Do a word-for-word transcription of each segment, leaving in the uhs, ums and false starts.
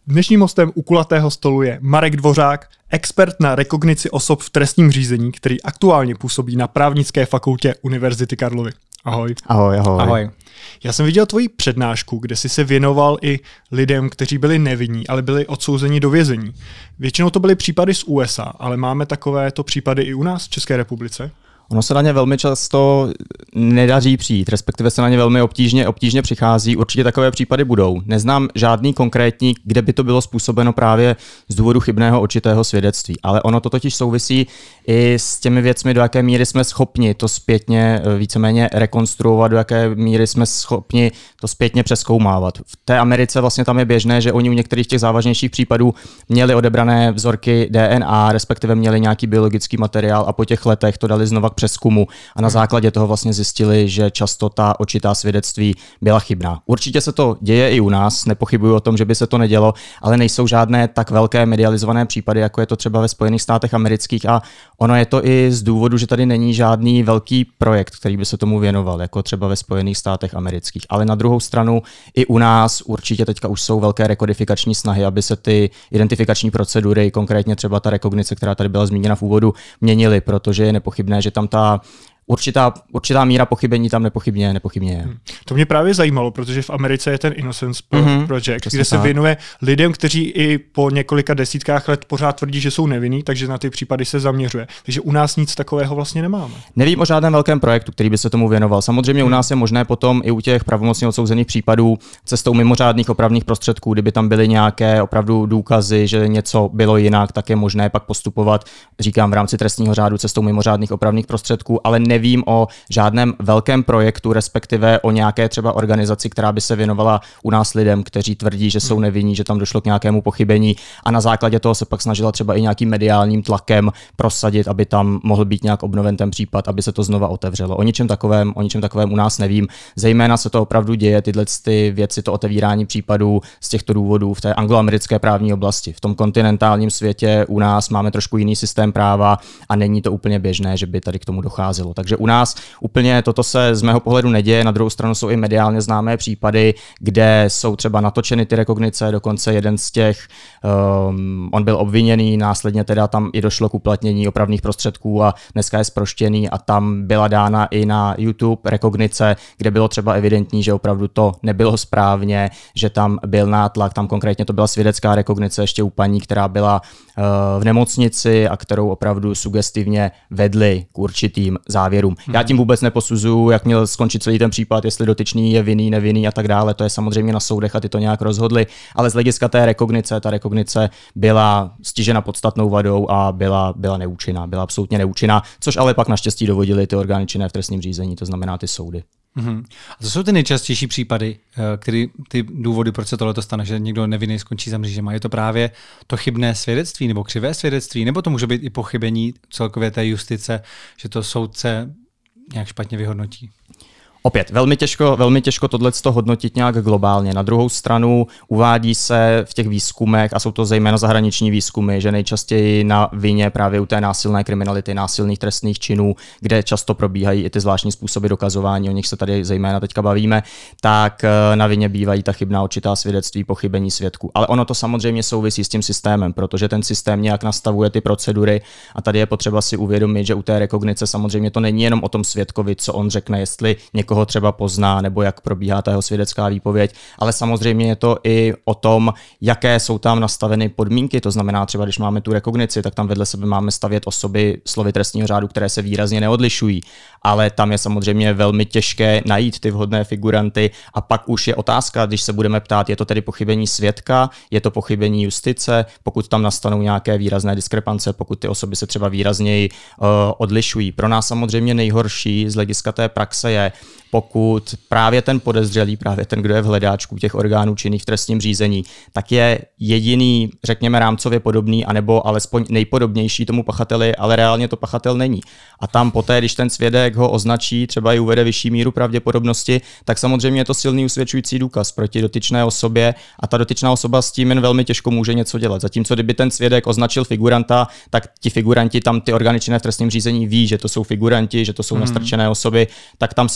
Dnešním hostem u kulatého stolu je Marek Dvořák, expert na rekognici osob v trestním řízení, který aktuálně působí na Právnické fakultě Univerzity Karlovy. Ahoj. Ahoj, ahoj. Ahoj. Já jsem viděl tvoji přednášku, kde jsi se věnoval i lidem, kteří byli nevinní, ale byli odsouzeni do vězení. Většinou to byly případy z U S A, ale máme takovéto případy i u nás v České republice? Ono se na ně velmi často nedaří přijít, respektive se na ně velmi obtížně, obtížně přichází. Určitě takové případy budou. Neznám žádný konkrétní, kde by to bylo způsobeno právě z důvodu chybného určitého svědectví. Ale ono to totiž souvisí i s těmi věcmi, do jaké míry jsme schopni to zpětně víceméně rekonstruovat, do jaké míry jsme schopni to zpětně přezkoumávat. V té Americe vlastně tam je běžné, že oni u některých těch závažnějších případů měli odebrané vzorky D N A, respektive měli nějaký biologický materiál a po těch letech to dali znova k přezkumu a na základě toho vlastně zjistili, že často ta určitá svědectví byla chybná. Určitě se to děje i u nás, nepochybuju o tom, že by se to nedělo, ale nejsou žádné tak velké medializované případy, jako je to třeba ve Spojených státech amerických, a ono je to i z důvodu, že tady není žádný velký projekt, který by se tomu věnoval, jako třeba ve Spojených státech amerických. Ale na druhou stranu i u nás určitě teďka už jsou velké rekodifikační snahy, aby se ty identifikační procedury, konkrétně třeba ta rekognice, která tady byla zmíněna v úvodu, měnily, protože je nepochybné, že tam ta Určitá, určitá míra pochybení tam nepochybně, nepochybně je. Hmm. To mě právě zajímalo, protože v Americe je ten Innocence mm-hmm, Project, kde se tak věnuje lidem, kteří i po několika desítkách let pořád tvrdí, že jsou nevinní, takže na ty případy se zaměřuje. Takže u nás nic takového vlastně nemáme. Nevím o žádném velkém projektu, který by se tomu věnoval. Samozřejmě hmm. u nás je možné potom i u těch pravomocně odsouzených případů cestou mimořádných opravných prostředků, kdyby tam byly nějaké opravdu důkazy, že něco bylo jinak, tak je možné pak postupovat, říkám, v rámci trestního řádu cestou mimořádných opravných prostředků, ale nevím o žádném velkém projektu, respektive o nějaké třeba organizaci, která by se věnovala u nás lidem, kteří tvrdí, že jsou nevinní, že tam došlo k nějakému pochybení a na základě toho se pak snažila třeba i nějakým mediálním tlakem prosadit, aby tam mohl být nějak obnoven ten případ, aby se to znova otevřelo. O ničem takovém, o ničem takovém u nás nevím. Zejména se to opravdu děje, tyhle ty věci, to otevírání případů z těchto důvodů v té angloamerické právní oblasti. V tom kontinentálním světě u nás máme trošku jiný systém práva a není to úplně běžné, že by tady k tomu docházelo. Takže u nás úplně toto se z mého pohledu neděje, na druhou stranu jsou i mediálně známé případy, kde jsou třeba natočeny ty rekognice, dokonce jeden z těch, um, on byl obviněný, následně teda tam i došlo k uplatnění opravných prostředků a dneska je zproštěný a tam byla dána i na YouTube rekognice, kde bylo třeba evidentní, že opravdu to nebylo správně, že tam byl nátlak, tam konkrétně to byla svědecká rekognice ještě u paní, která byla uh, v nemocnici a kterou opravdu sugestivně vedli k určitým závěrům. Já tím vůbec neposuzuju, jak měl skončit celý ten případ, jestli dotyčný je vinný, nevinný a tak dále. To je samozřejmě na soudech a ty to nějak rozhodli, ale z hlediska té rekognice, ta rekognice byla stižena podstatnou vadou a byla, byla neúčinná, byla absolutně neúčinná, což ale pak naštěstí dovodili ty orgány činné v trestním řízení, to znamená ty soudy. Mm-hmm. A to jsou ty nejčastější případy, který, ty důvody, proč se tohle stane, že někdo nevinný skončí za mřížema. Je to právě to chybné svědectví nebo křivé svědectví, nebo to může být i pochybení celkově té justice, že to soudce nějak špatně vyhodnotí? Opět, velmi těžko, velmi těžko tohleto hodnotit nějak globálně. Na druhou stranu uvádí se v těch výzkumech, a jsou to zejména zahraniční výzkumy, že nejčastěji na vině právě u té násilné kriminality, násilných trestných činů, kde často probíhají i ty zvláštní způsoby dokazování, o nich se tady zejména teďka bavíme, tak na vině bývají ta chybná určitá svědectví, pochybení svědků. Ale ono to samozřejmě souvisí s tím systémem, protože ten systém nějak nastavuje ty procedury a tady je potřeba si uvědomit, že u té rekognice samozřejmě to není jenom o tom svědkovi, co on řekne, jestli někoho ho třeba pozná, nebo jak probíhá ta jeho svědecká výpověď, ale samozřejmě je to i o tom, jaké jsou tam nastaveny podmínky, to znamená třeba, když máme tu rekognici, tak tam vedle sebe máme stavět osoby slovy trestního řádu, které se výrazně neodlišují, ale tam je samozřejmě velmi těžké najít ty vhodné figuranty a pak už je otázka, když se budeme ptát, je to tedy pochybení svědka, je to pochybení justice, pokud tam nastanou nějaké výrazné diskrepance, pokud ty osoby se třeba výrazněji uh, odlišují. Pro nás samozřejmě nejhorší z hlediska té praxe je, pokud právě ten podezřelý, právě ten, kdo je v hledáčku těch orgánů činných v trestním řízení, tak je jediný, řekněme, rámcově podobný, anebo alespoň nejpodobnější tomu pachateli, ale reálně to pachatel není. A tam poté, když ten svědek ho označí, třeba i uvede vyšší míru pravděpodobnosti, tak samozřejmě je to silný usvědčující důkaz proti dotyčné osobě a ta dotyčná osoba s tím jen velmi těžko může něco dělat. Zatímco kdyby ten svědek označil figuranta, tak ti figuranti tam ty orgány činné v trestním řízení ví, že to jsou figuranti, že to jsou mm. nastrčené osoby, tak tam se v zásadě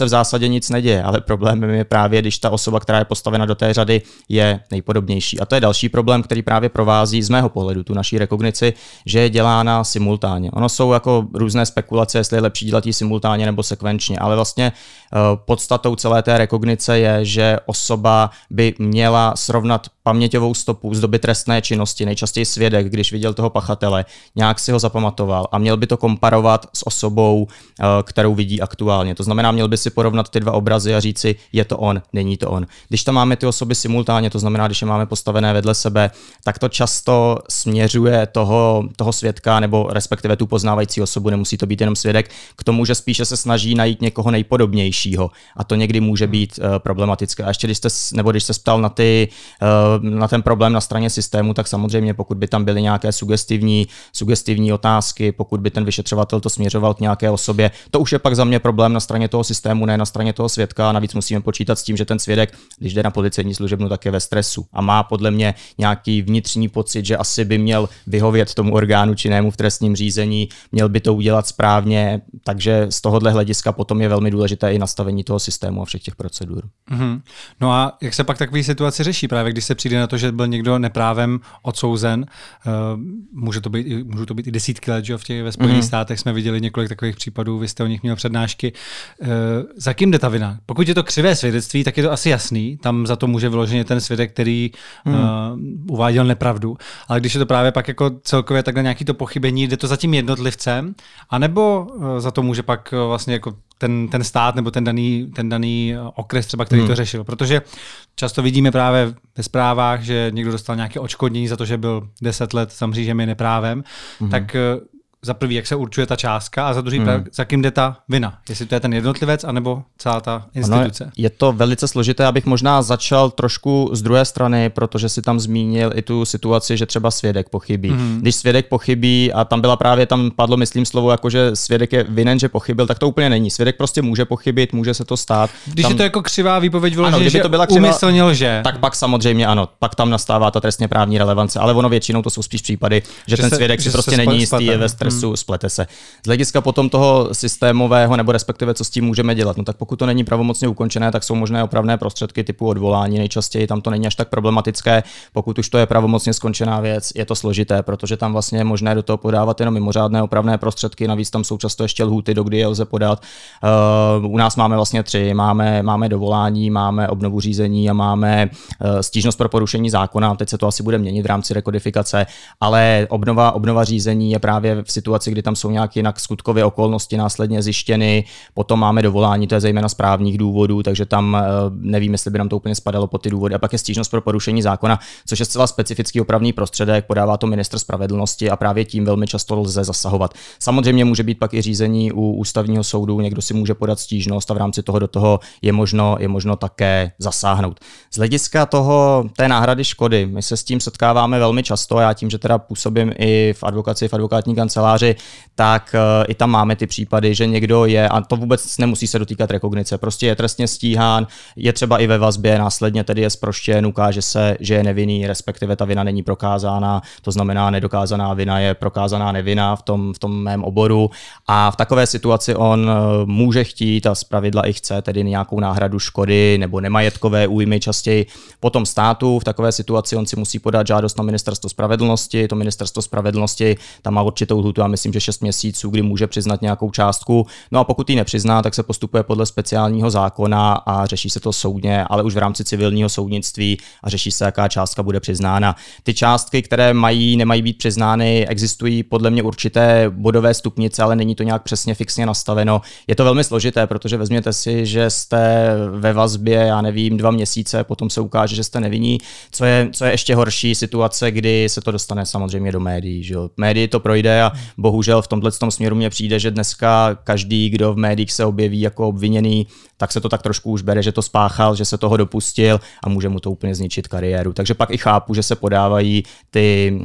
řadě nic neděje, ale problémem je právě, když ta osoba, která je postavena do té řady, je nejpodobnější. A to je další problém, který právě provází z mého pohledu tu naší rekognici, že je dělána simultánně. Ono jsou jako různé spekulace, jestli je lepší dělat ji simultánně nebo sekvenčně, ale vlastně podstatou celé té rekognice je, že osoba by měla srovnat paměťovou stopu z doby trestné činnosti, nejčastěji svědek, když viděl toho pachatele, nějak si ho zapamatoval a měl by to komparovat s osobou, kterou vidí aktuálně. To znamená, měl by si porovnat ty dva obrazy a říci, je to on, není to on. Když tam máme ty osoby simultánně, to znamená, když je máme postavené vedle sebe, tak to často směřuje toho, toho svědka nebo respektive tu poznávající osobu, nemusí to být jenom svědek, k tomu, že spíše se snaží najít někoho nejpodobnějšího a to někdy může být uh, problematické. A ještě když jste, nebo když se ptal na, ty, uh, na ten problém na straně systému, tak samozřejmě pokud by tam byly nějaké sugestivní, sugestivní otázky, pokud by ten vyšetřovatel to směřoval k nějaké osobě, to už je pak za mě problém na straně toho systému, ne na straně toho svědka. A navíc musíme počítat s tím, že ten svědek, když jde na policejní služebnu, tak je ve stresu a má podle mě nějaký vnitřní pocit, že asi by měl vyhovět tomu orgánu činnému v trestním řízení, měl by to udělat správně, takže z tohohle hlediska potom je velmi důležité i nastavení toho systému a všech těch procedur. Mm-hmm. No a jak se pak takový situace řeší právě, když se přijde na to, že byl někdo neprávem odsouzen, uh, může to být, můžou to být i desítky let, že v těch ve Spojených mm-hmm. státech jsme viděli několik takových případů, vy jste o nich měl přednášky. Uh, za kým jde ta vina? Pokud je to křivé svědectví, tak je to asi jasný, tam za to může vyloženě ten svědek, který mm. uh, uváděl nepravdu, ale když je to právě pak jako celkově takhle nějaký to pochybení, jde to za tím jednotlivcem, anebo uh, za to může pak uh, vlastně jako ten, ten stát nebo ten daný, ten daný okres třeba, který hmm. to řešil. Protože často vidíme právě ve zprávách, že někdo dostal nějaké odškodnění za to, že byl deset let za mřížemi neprávem, hmm. tak za prvý, jak se určuje ta částka a za druhý, hmm. za kým jde ta vina. Jestli to je ten jednotlivec, anebo celá ta instituce. Ano, je to velice složité, abych možná začal trošku z druhé strany, protože si tam zmínil i tu situaci, že třeba svědek pochybí. Hmm. Když svědek pochybí a tam byla právě, tam padlo, myslím, slovo, jako že svědek je vinen, že pochybil, tak to úplně není. Svědek prostě může pochybit, může se to stát. Když tam... je to jako křivá výpověď vyloženě, že to byla křivá... úmyslně lže. Tak pak samozřejmě ano, pak tam nastává ta trestně právní relevance, ale ono většinou to jsou spíš případy, že, že ten se, svědek si prostě není jistý, je ve stresu, hmm. splete se. Z hlediska potom toho systémového, nebo respektive co s tím můžeme dělat. No tak pokud to není pravomocně ukončené, tak jsou možné opravné prostředky typu odvolání. Nejčastěji tam to není až tak problematické. Pokud už to je pravomocně skončená věc, je to složité, protože tam vlastně je možné do toho podávat jenom mimořádné opravné prostředky. Navíc tam jsou často ještě lhůty, do kdy je lze podat. Uh, u nás máme vlastně tři. Máme, máme dovolání, máme obnovu řízení a máme uh, stížnost pro porušení zákona. Teď se to asi bude měnit v rámci rekodifikace, ale obnova, obnova řízení je právě v situaci, kdy tam jsou nějak jinak skutkově okolnosti následně zjištěny, potom máme dovolání, to je zejména z právních důvodů, takže tam nevím, jestli by nám to úplně spadalo pod ty důvody. A pak je stížnost pro porušení zákona, což je zcela specifický opravný prostředek, podává to ministr spravedlnosti a právě tím velmi často lze zasahovat. Samozřejmě může být pak i řízení u ústavního soudu, někdo si může podat stížnost a v rámci toho do toho je možno, je možno také zasáhnout. Z hlediska toho té náhrady škody, my se s tím setkáváme velmi často, já tím, že teda působím i v advokaci, v advokátní kanceláři, tak uh, i tam máme ty případy, že někdo je, a to vůbec nemusí se dotýkat rekognice, prostě je trestně stíhán, je třeba i ve vazbě, následně tedy je zproštěn, ukáže se, že je nevinný, respektive ta vina není prokázána, to znamená nedokázaná vina je prokázaná nevina v tom, v tom mém oboru a v takové situaci on uh, může chtít a zpravidla i chce tedy nějakou náhradu škody nebo nemajetkové újmy častěji potom státu. V takové situaci on si musí podat žádost na ministerstvo spravedlnosti, to ministerstvo spravedlnosti tam má určitou lhůtu, a myslím, že šest měsíců, kdy může přiznat nějakou částku. No a pokud ji nepřizná, tak se postupuje podle speciálního zákona a řeší se to soudně, ale už v rámci civilního soudnictví a řeší se, jaká částka bude přiznána. Ty částky, které mají, nemají být přiznány, existují podle mě určité bodové stupnice, ale není to nějak přesně fixně nastaveno. Je to velmi složité, protože vezměte si, že jste ve vazbě, já nevím, dva měsíce, potom se ukáže, že jste nevinní. Co je, co je ještě horší situace, kdy se to dostane samozřejmě do médií. Že jo? Médii to projde a bohužel v tomhle směru mně přijde, že dneska každý, kdo v médiích se objeví jako obviněný, tak se to tak trošku už bere, že to spáchal, že se toho dopustil a může mu to úplně zničit kariéru. Takže pak i chápu, že se podávají ty,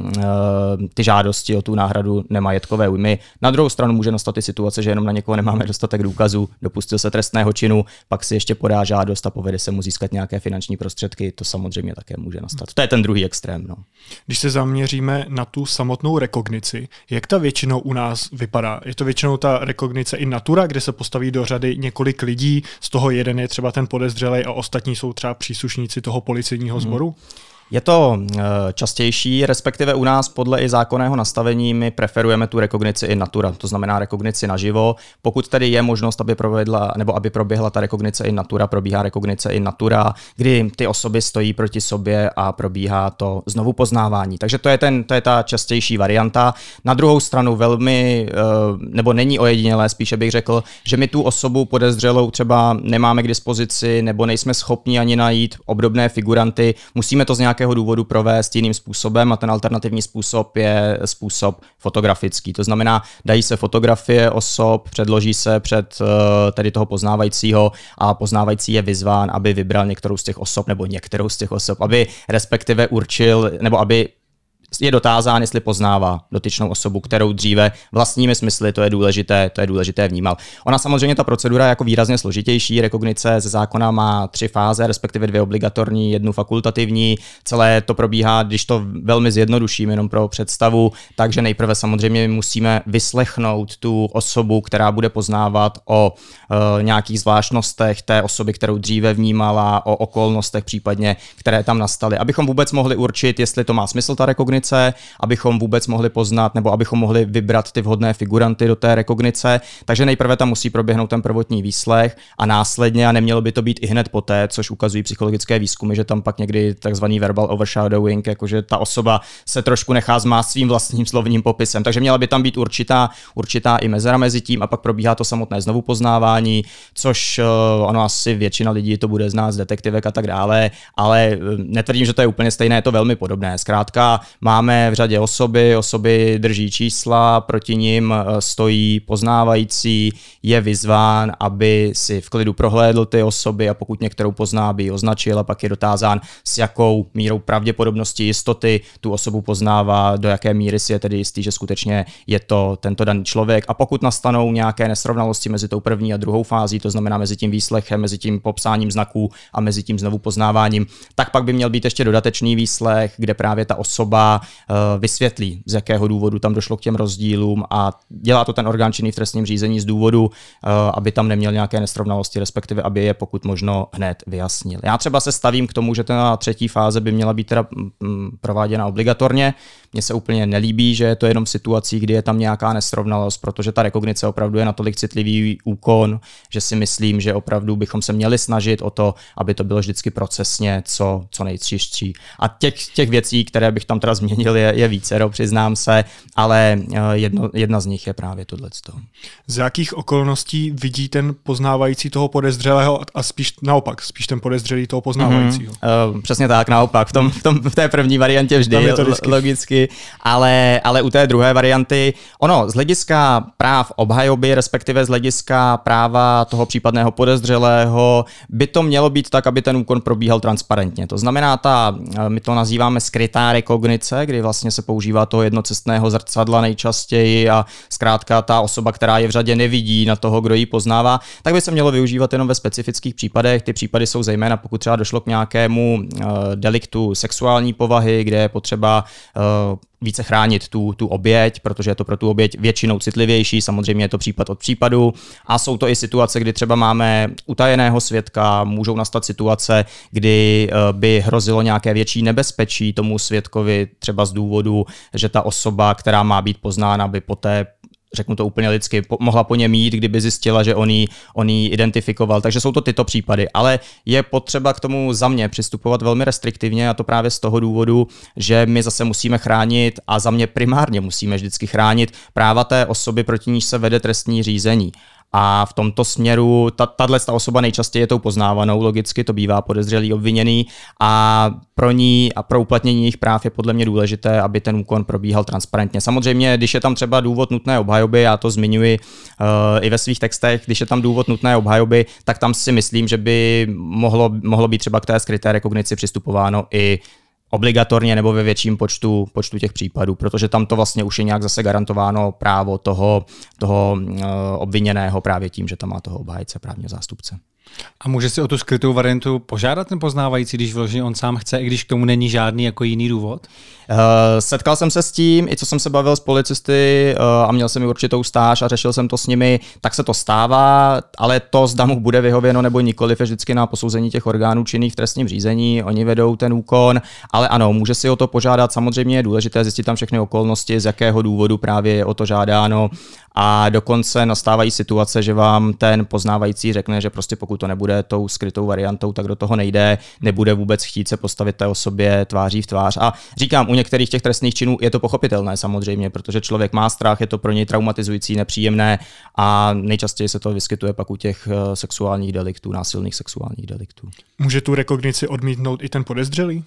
ty žádosti o tu náhradu nemajetkové újmy. Na druhou stranu může nastat i situace, že jenom na někoho nemáme dostatek důkazů, dopustil se trestného činu, pak si ještě podá žádost a povede se mu získat nějaké finanční prostředky, to samozřejmě také může nastat. To je ten druhý extrém. No. Když se zaměříme na tu samotnou rekognici, jak ta většinou u nás vypadá? Je to většinou ta rekognice in natura, kde se postaví do řady několik lidí, z toho jeden je třeba ten podezřelej a ostatní jsou třeba příslušníci toho policejního sboru? Hmm. Je to častější, respektive u nás podle i zákonného nastavení my preferujeme tu rekognici in natura, to znamená rekognici naživo. Pokud tedy je možnost, aby provedla, nebo aby proběhla ta rekognice in natura, probíhá rekognice in natura, kdy ty osoby stojí proti sobě a probíhá to znovu poznávání. Takže to je, ten, to je ta častější varianta. Na druhou stranu velmi, nebo není ojedinělé, spíše bych řekl, že my tu osobu podezřelou třeba nemáme k dispozici, nebo nejsme schopni ani najít obdobné figuranty, musíme to z nějakého důvodu provést jiným způsobem a ten alternativní způsob je způsob fotografický. To znamená, dají se fotografie osob, předloží se před tedy toho poznávajícího a poznávající je vyzván, aby vybral některou z těch osob nebo některou z těch osob, aby respektive určil, nebo aby je dotázán, jestli poznává dotyčnou osobu, kterou dříve vlastními smysly, to je důležité, to je důležité vnímal. Ona samozřejmě ta procedura je jako výrazně složitější, rekognice ze zákona má tři fáze, respektive dvě obligatorní, jednu fakultativní, celé to probíhá, když to velmi zjednoduším jenom pro představu, takže nejprve samozřejmě musíme vyslechnout tu osobu, která bude poznávat o e, nějakých zvláštnostech té osoby, kterou dříve vnímala, o okolnostech případně, které tam nastaly, abychom vůbec mohli určit, jestli to má smysl ta rekognice, abychom vůbec mohli poznat nebo abychom mohli vybrat ty vhodné figuranty do té rekognice. Takže nejprve tam musí proběhnout ten prvotní výslech a následně, a nemělo by to být i hned poté, což ukazují psychologické výzkumy, že tam pak někdy takzvaný verbal overshadowing, jakože ta osoba se trošku nechá zmást svým vlastním slovním popisem. Takže měla by tam být určitá, určitá i mezera mezi tím a pak probíhá to samotné znovu poznávání, což ono asi většina lidí to bude znát z detektivek a tak dále, ale netvrdím, že to je úplně stejné, je to velmi podobné. Zkrátka máme v řadě osoby, osoby drží čísla, proti nim stojí poznávající, je vyzván, aby si v klidu prohlédl ty osoby a pokud některou pozná, by ji označil a pak je dotázán, s jakou mírou pravděpodobnosti jistoty tu osobu poznává, do jaké míry si je tedy jistý, že skutečně je to tento daný člověk. A pokud nastanou nějaké nesrovnalosti mezi tou první a druhou fází, to znamená mezi tím výslechem, mezi tím popsáním znaků a mezi tím znovu poznáváním, tak pak by měl být ještě dodatečný výslech, kde právě ta osoba vysvětlí, z jakého důvodu tam došlo k těm rozdílům a dělá to ten orgán činný v trestním řízení z důvodu, aby tam neměl nějaké nesrovnalosti, respektive aby je pokud možno hned vyjasnil. Já třeba se stavím k tomu, že ta třetí fáze by měla být teda prováděna obligatorně. Mně se úplně nelíbí, že je to jenom v situacích, kdy je tam nějaká nesrovnalost, protože ta rekognice opravdu je natolik citlivý úkon, že si myslím, že opravdu bychom se měli snažit o to, aby to bylo vždycky procesně co, co nejčistší. A těch, těch věcí, které bych tam teda změnil, je, je vícero, přiznám se, ale jedno, jedna z nich je právě tohleto. Z jakých okolností vidí ten poznávající toho podezřelého a spíš naopak, spíš ten podezřelý toho poznávajícího? Mm-hmm. Uh, přesně tak, naopak. V, tom, v, tom, v té první variantě vždy je to vždycky. Logicky, ale, ale u té druhé varianty, ono, z hlediska práv obhajoby, respektive z hlediska práva toho případného podezřelého, by to mělo být tak, aby ten úkon probíhal transparentně. To znamená, ta, my to nazýváme skrytá rekognice, kdy vlastně se používá toho jednocestného zrcadla nejčastěji a zkrátka ta osoba, která je v řadě, nevidí na toho, kdo ji poznává, tak by se mělo využívat jenom ve specifických případech. Ty případy jsou zejména, pokud třeba došlo k nějakému uh, deliktu sexuální povahy, kde je potřeba uh, více chránit tu, tu oběť, protože je to pro tu oběť většinou citlivější, samozřejmě je to případ od případu a jsou to i situace, kdy třeba máme utajeného svědka, můžou nastat situace, kdy by hrozilo nějaké větší nebezpečí tomu svědkovi, třeba z důvodu, že ta osoba, která má být poznána, by poté, řeknu to úplně lidsky, po, mohla po něm jít, kdyby zjistila, že on ji, on ji identifikoval. Takže jsou to tyto případy. Ale je potřeba k tomu za mě přistupovat velmi restriktivně a to právě z toho důvodu, že my zase musíme chránit a za mě primárně musíme vždycky chránit práva té osoby, proti níž se vede trestní řízení. A v tomto směru tahle ta osoba nejčastěji je tou poznávanou, logicky to bývá podezřelý, obviněný a pro ní a pro uplatnění jejich práv je podle mě důležité, aby ten úkon probíhal transparentně. Samozřejmě, když je tam třeba důvod nutné obhajoby, já to zmiňuji uh, i ve svých textech, když je tam důvod nutné obhajoby, tak tam si myslím, že by mohlo, mohlo být třeba k té skryté rekognici přistupováno i obligatorně nebo ve větším počtu, počtu těch případů, protože tam to vlastně už je nějak zase garantováno právo toho, toho uh, obviněného právě tím, že tam má toho obhájce, právního zástupce. A může si o tu skrytou variantu požádat ten poznávající, když vloží on sám chce, i když k tomu není žádný jako jiný důvod? Uh, setkal jsem se s tím, i co jsem se bavil s policisty uh, a měl jsem i určitou stáž a řešil jsem to s nimi, tak se to stává, ale to, zda mu bude vyhověno nebo nikoliv, je vždycky na posouzení těch orgánů činných v trestním řízení, oni vedou ten úkon, ale ano, může si o to požádat, samozřejmě je důležité zjistit tam všechny okolnosti, z jakého důvodu právě je o to žádáno. A dokonce nastávají situace, že vám ten poznávající řekne, že prostě pokud to nebude tou skrytou variantou, tak do toho nejde, nebude vůbec chtít se postavit té osobě tváří v tvář. A říkám, u některých těch trestných činů je to pochopitelné samozřejmě, protože člověk má strach, je to pro něj traumatizující, nepříjemné a nejčastěji se to vyskytuje pak u těch sexuálních deliktů, násilných sexuálních deliktů. Může tu rekognici odmítnout i ten podezřelý?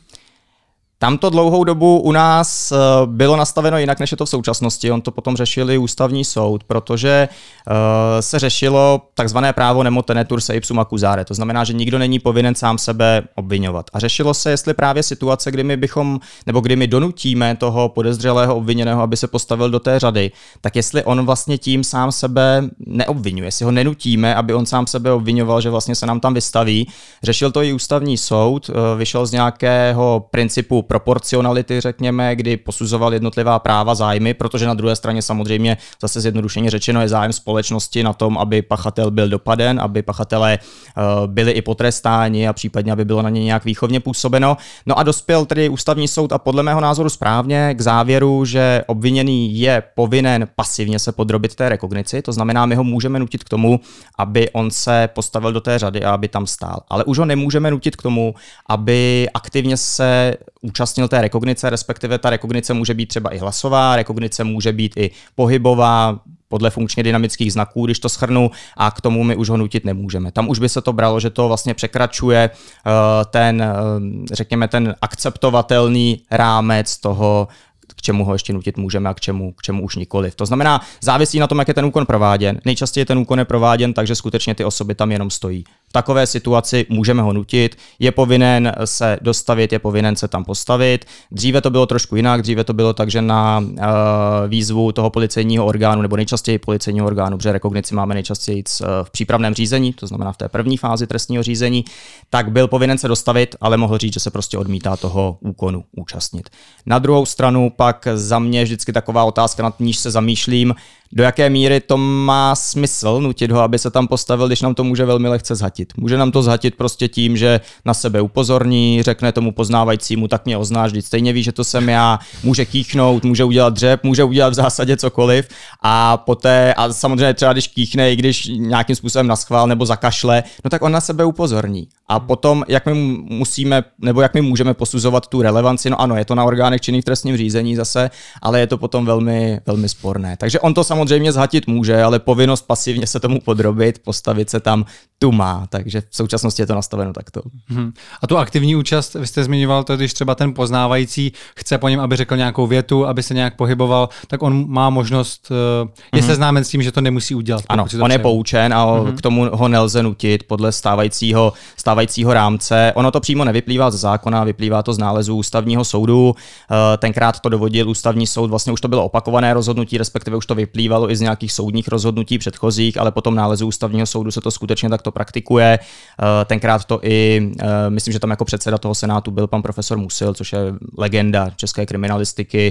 Tam to dlouhou dobu u nás bylo nastaveno jinak, než je to v současnosti. On to potom řešil i ústavní soud, protože uh, se řešilo takzvané právo nemo tenetur se ipsum accusare. To znamená, že nikdo není povinen sám sebe obviňovat. A řešilo se, jestli právě situace, kdy my bychom, nebo kdy my donutíme toho podezřelého obviněného, aby se postavil do té řady, tak jestli on vlastně tím sám sebe neobvinuje, jestli ho nenutíme, aby on sám sebe obviňoval, že vlastně se nám tam vystaví. Řešil to i ústavní soud, uh, vyšel z nějakého principu proporcionality, řekněme, kdy posuzoval jednotlivá práva, zájmy, protože na druhé straně samozřejmě zase zjednodušeně řečeno je zájem společnosti na tom, aby pachatel byl dopaden, aby pachatelé uh, byli i potrestáni a případně, aby bylo na ně nějak výchovně působeno. No a dospěl tedy ústavní soud a podle mého názoru správně k závěru, že obviněný je povinen pasivně se podrobit té rekognici, to znamená, my ho můžeme nutit k tomu, aby on se postavil do té řady a aby tam stál. Ale už ho nemůžeme nutit k tomu, aby aktivně se účastnil té rekognice, respektive ta rekognice může být třeba i hlasová, rekognice může být i pohybová, podle funkčně dynamických znaků, když to shrnu, a k tomu my už ho nutit nemůžeme. Tam už by se to bralo, že to vlastně překračuje uh, ten, uh, řekněme, ten akceptovatelný rámec toho, k čemu ho ještě nutit můžeme a k čemu, k čemu už nikoliv. To znamená, závisí na tom, jak je ten úkon prováděn. Nejčastěji ten úkon je prováděn, takže skutečně ty osoby tam jenom stojí. V takové situaci můžeme ho nutit, je povinen se dostavit, je povinen se tam postavit. Dříve to bylo trošku jinak, dříve to bylo tak, že na uh, výzvu toho policejního orgánu, nebo nejčastěji policejního orgánu, protože rekognici máme nejčastěji v přípravném řízení, to znamená v té první fázi trestního řízení, tak byl povinen se dostavit, ale mohl říct, že se prostě odmítá toho úkonu účastnit. Na druhou stranu pak za mě vždycky taková otázka, nad níž se zamýšlím, do jaké míry to má smysl nutit ho, aby se tam postavil, když nám to může velmi lehce zhatit. Může nám to zhatit prostě tím, že na sebe upozorní, řekne tomu poznávajícímu, tak mě oznáš, vždyť stejně ví, že to jsem já, může kýchnout, může udělat dřep, může udělat v zásadě cokoliv a poté, a samozřejmě třeba když kýchne, i když nějakým způsobem naschvál nebo zakašle, no tak on na sebe upozorní. A potom, jak my musíme, nebo jak my můžeme posuzovat tu relevanci, no ano, je to na orgánech činných v trestním řízení zase, ale je to potom velmi, velmi sporné. Takže on to samozřejmě zhatit může, ale povinnost pasivně se tomu podrobit, postavit se tam, tu má, takže v současnosti je to nastaveno takto. Hmm. A tu aktivní účast, vy jste zmiňoval to, když třeba ten poznávající chce po něm, aby řekl nějakou větu, aby se nějak pohyboval, tak on má možnost, je hmm. seznámen s tím, že to nemusí udělat. Ano, on přeje. Je poučen a hmm. k tomu ho nelze nutit podle stávajícího, stávajícího rámce. Ono to přímo nevyplývá z zákona, vyplývá to z nálezu ústavního soudu. Tenkrát to dovodil ústavní soud, vlastně už to bylo opakované rozhodnutí, respektive už to vyplývalo i z nějakých soudních rozhodnutí předchozích, ale potom nálezu ústavního soudu se to skutečně takto praktikuje. Tenkrát to i, myslím, že tam jako předseda toho senátu byl pan profesor Musil, což je legenda české kriminalistiky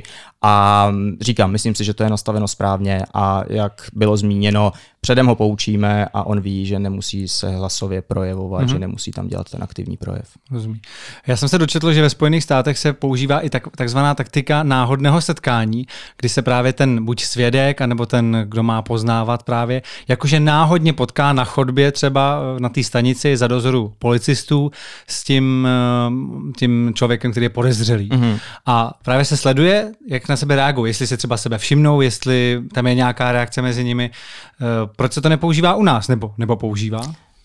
a říkám, myslím si, že to je nastaveno správně a jak bylo zmíněno, předem ho poučíme a on ví, že nemusí se hlasově projevovat, mm-hmm. že nemusí tam dělat ten aktivní projev. Rozumím. Já jsem se dočetl, že ve Spojených státech se používá i tak, takzvaná taktika náhodného setkání, kdy se právě ten buď svědek, anebo ten, kdo má poznávat právě, jakože náhodně potká na chodbě třeba na té stanici za dozoru policistů s tím, tím člověkem, který je podezřelý. Mm-hmm. A právě se sleduje, jak na sebe reagují, jestli se třeba sebe všimnou, jestli tam je nějaká reakce mezi nimi. Proč se to nepoužívá u nás, nebo, nebo používá?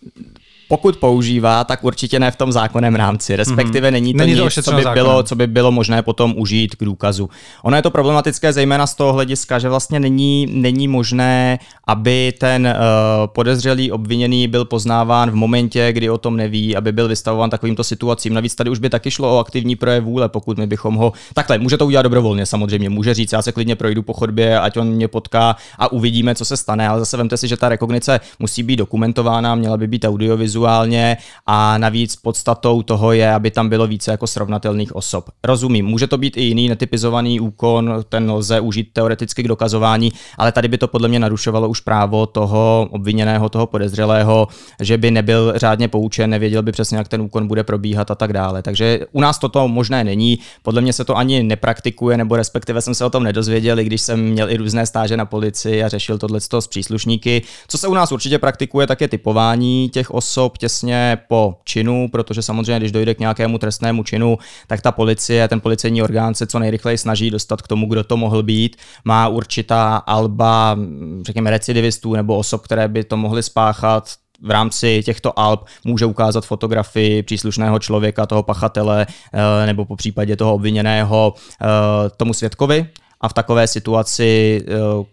Pokud používá, tak určitě ne v tom zákonném rámci, respektive mm-hmm. není to není nic, to co, by bylo, co by bylo možné potom užít k důkazu. Ono je to problematické zejména z toho hlediska, že vlastně není, není možné, aby ten uh, podezřelý obviněný byl poznáván v momentě, kdy o tom neví, aby byl vystavován takovýmto situacím. Navíc tady už by taky šlo o aktivní projev vůle, pokud my bychom ho... Takhle, může to udělat dobrovolně samozřejmě, může říct, já se klidně projdu po chodbě, ať on mě potká a uvidíme, co se stane, ale zase vemte si, že ta rekognice musí být dokumentována, měla by být audiovizuální, vizuálně a navíc podstatou toho je, aby tam bylo více jako srovnatelných osob. Rozumím, může to být i jiný netypizovaný úkon, ten lze užít teoreticky k dokazování, ale tady by to podle mě narušovalo už právo toho obviněného, toho podezřelého, že by nebyl řádně poučen, nevěděl by přesně, jak ten úkon bude probíhat a tak dále. Takže u nás toto možné není, podle mě se to ani nepraktikuje, nebo respektive jsem se o tom nedozvěděl, i když jsem měl i různé stáže na policii a řešil tohleto s příslušníky. Co se u nás určitě praktikuje, tak je typování těch osob těsně po činu, protože samozřejmě, když dojde k nějakému trestnému činu, tak ta policie, ten policejní orgán se co nejrychleji snaží dostat k tomu, kdo to mohl být. Má určitá alba, řekněme, recidivistů nebo osob, které by to mohly spáchat. V rámci těchto alb může ukázat fotografii příslušného člověka, toho pachatele nebo po případě toho obviněného tomu svědkovi. A v takové situaci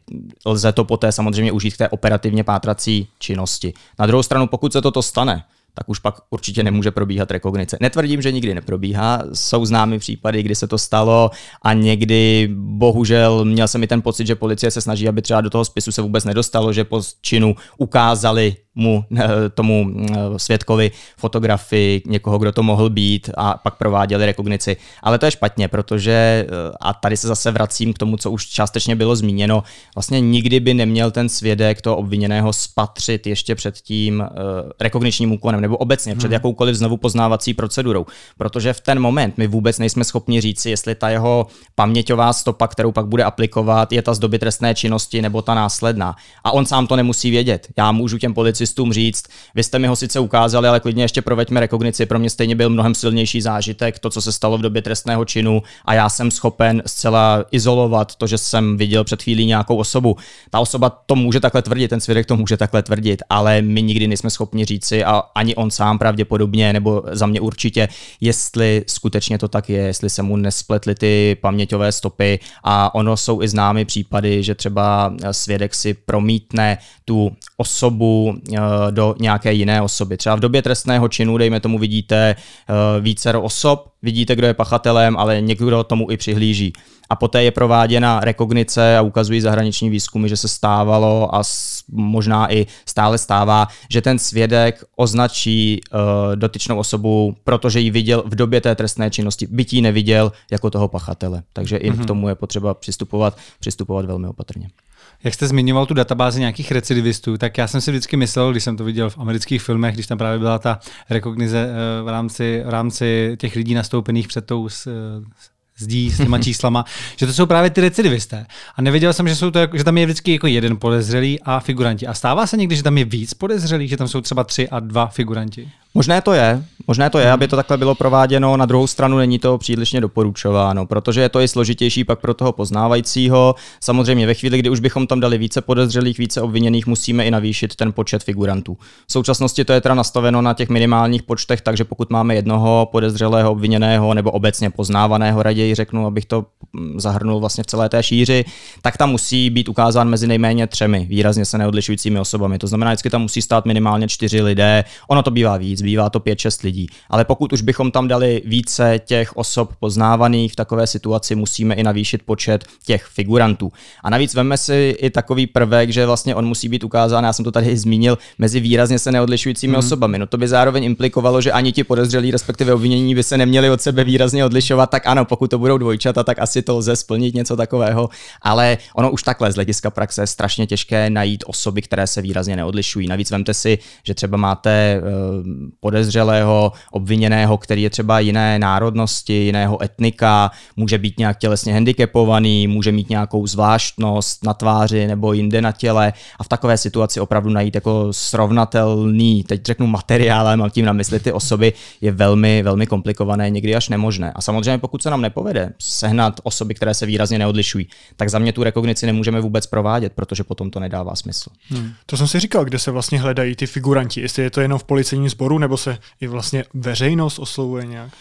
lze to poté samozřejmě užít k té operativně pátrací činnosti. Na druhou stranu, pokud se toto stane, tak už pak určitě nemůže probíhat rekognice. Netvrdím, že nikdy neprobíhá, jsou známy případy, kdy se to stalo a někdy bohužel měl jsem i ten pocit, že policie se snaží, aby třeba do toho spisu se vůbec nedostalo, že po činu ukázali mu, tomu svědkovi fotografii někoho, kdo to mohl být a pak prováděli rekognici. Ale to je špatně, protože, a tady se zase vracím k tomu, co už částečně bylo zmíněno, vlastně nikdy by neměl ten svědek toho obviněného spatřit ještě před tím rekogničním úkonem nebo obecně před jakoukoliv znovu poznávací procedurou, protože v ten moment my vůbec nejsme schopni říci, jestli ta jeho paměťová stopa, kterou pak bude aplikovat, je ta z doby trestné činnosti nebo ta následná. A on sám to nemusí vědět. Já můžu těm policistům říct, vy jste mi ho sice ukázali, ale klidně ještě proveďme rekognici, pro mě stejně byl mnohem silnější zážitek, to, co se stalo v době trestného činu a já jsem schopen zcela izolovat to, že jsem viděl před chvílí nějakou osobu. Ta osoba to může takhle tvrdit, ten svědek to může takhle tvrdit, ale my nikdy nejsme schopni říci a ani on sám pravděpodobně, nebo za mě určitě, jestli skutečně to tak je, jestli se mu nespletly ty paměťové stopy a ono jsou i známy případy, že třeba svědek si promítne tu osobu do nějaké jiné osoby. Třeba v době trestného činu, dejme tomu, vidíte vícero osob, vidíte, kdo je pachatelem, ale někdo tomu i přihlíží. A poté je prováděna rekognice a ukazují zahraniční výzkumy, že se stávalo a možná i stále stává, že ten svědek označí uh, dotyčnou osobu, protože ji viděl v době té trestné činnosti, byť ji neviděl jako toho pachatele. Takže i mm-hmm. k tomu je potřeba přistupovat, přistupovat velmi opatrně. Jak jste zmiňoval tu databázi nějakých recidivistů, tak já jsem si vždycky myslel, když jsem to viděl v amerických filmech, když tam právě byla ta rekognize v rámci, v rámci těch lidí nastoupených před tou s, zdí s těma číslama, že to jsou právě ty recidivisté. A nevěděl jsem, že, jsou to, že tam je vždycky jako jeden podezřelý a figuranti. A stává se někdy, že tam je víc podezřelých, že tam jsou třeba tři a dva figuranti? Možné to je, možné to je, aby to takhle bylo prováděno, na druhou stranu není to přílišně doporučováno, protože je to i složitější pak pro toho poznávajícího. Samozřejmě ve chvíli, kdy už bychom tam dali více podezřelých, více obviněných, musíme i navýšit ten počet figurantů. V současnosti to je teda nastaveno na těch minimálních počtech, takže pokud máme jednoho podezřelého, obviněného nebo obecně poznávaného, raději řeknu, abych to zahrnul vlastně v celé té šíři, tak tam musí být ukázán mezi nejméně třemi výrazně se neodlišujícími osobami. To znamená, vždycky tam musí stát minimálně čtyři lidé. Ono to bývá víc, bývá to pět šest lidí. Ale pokud už bychom tam dali více těch osob poznávaných, v takové situaci musíme i navýšit počet těch figurantů. A navíc vemme si i takový prvek, že vlastně on musí být ukázán, já jsem to tady zmínil, mezi výrazně se neodlišujícími mm. osobami. No to by zároveň implikovalo, že ani ti podezřelí, respektive obvinění by se neměli od sebe výrazně odlišovat, tak ano, pokud to budou dvojčata, tak asi to lze splnit něco takového, ale ono už takhle z hlediska praxe je strašně těžké najít osoby, které se výrazně neodlišují. Navíc vemte si, že třeba máte podezřelého, obviněného, který je třeba jiné národnosti, jiného etnika, může být nějak tělesně handicapovaný, může mít nějakou zvláštnost na tváři nebo jinde na těle a v takové situaci opravdu najít jako srovnatelný, teď řeknu materiál, ale mám tím na mysli ty osoby, je velmi, velmi komplikované, někdy až nemožné. A samozřejmě pokud se nám nepovede sehnat osoby, které se výrazně neodlišují, tak za mě tu rekognici nemůžeme vůbec provádět, protože potom to nedává smysl. Hmm. To jsem si říkal, kde se vlastně hledají ty figuranti, jestli je to jenom v policejním sboru, nebo se i vlastně veřejnost oslovuje nějak?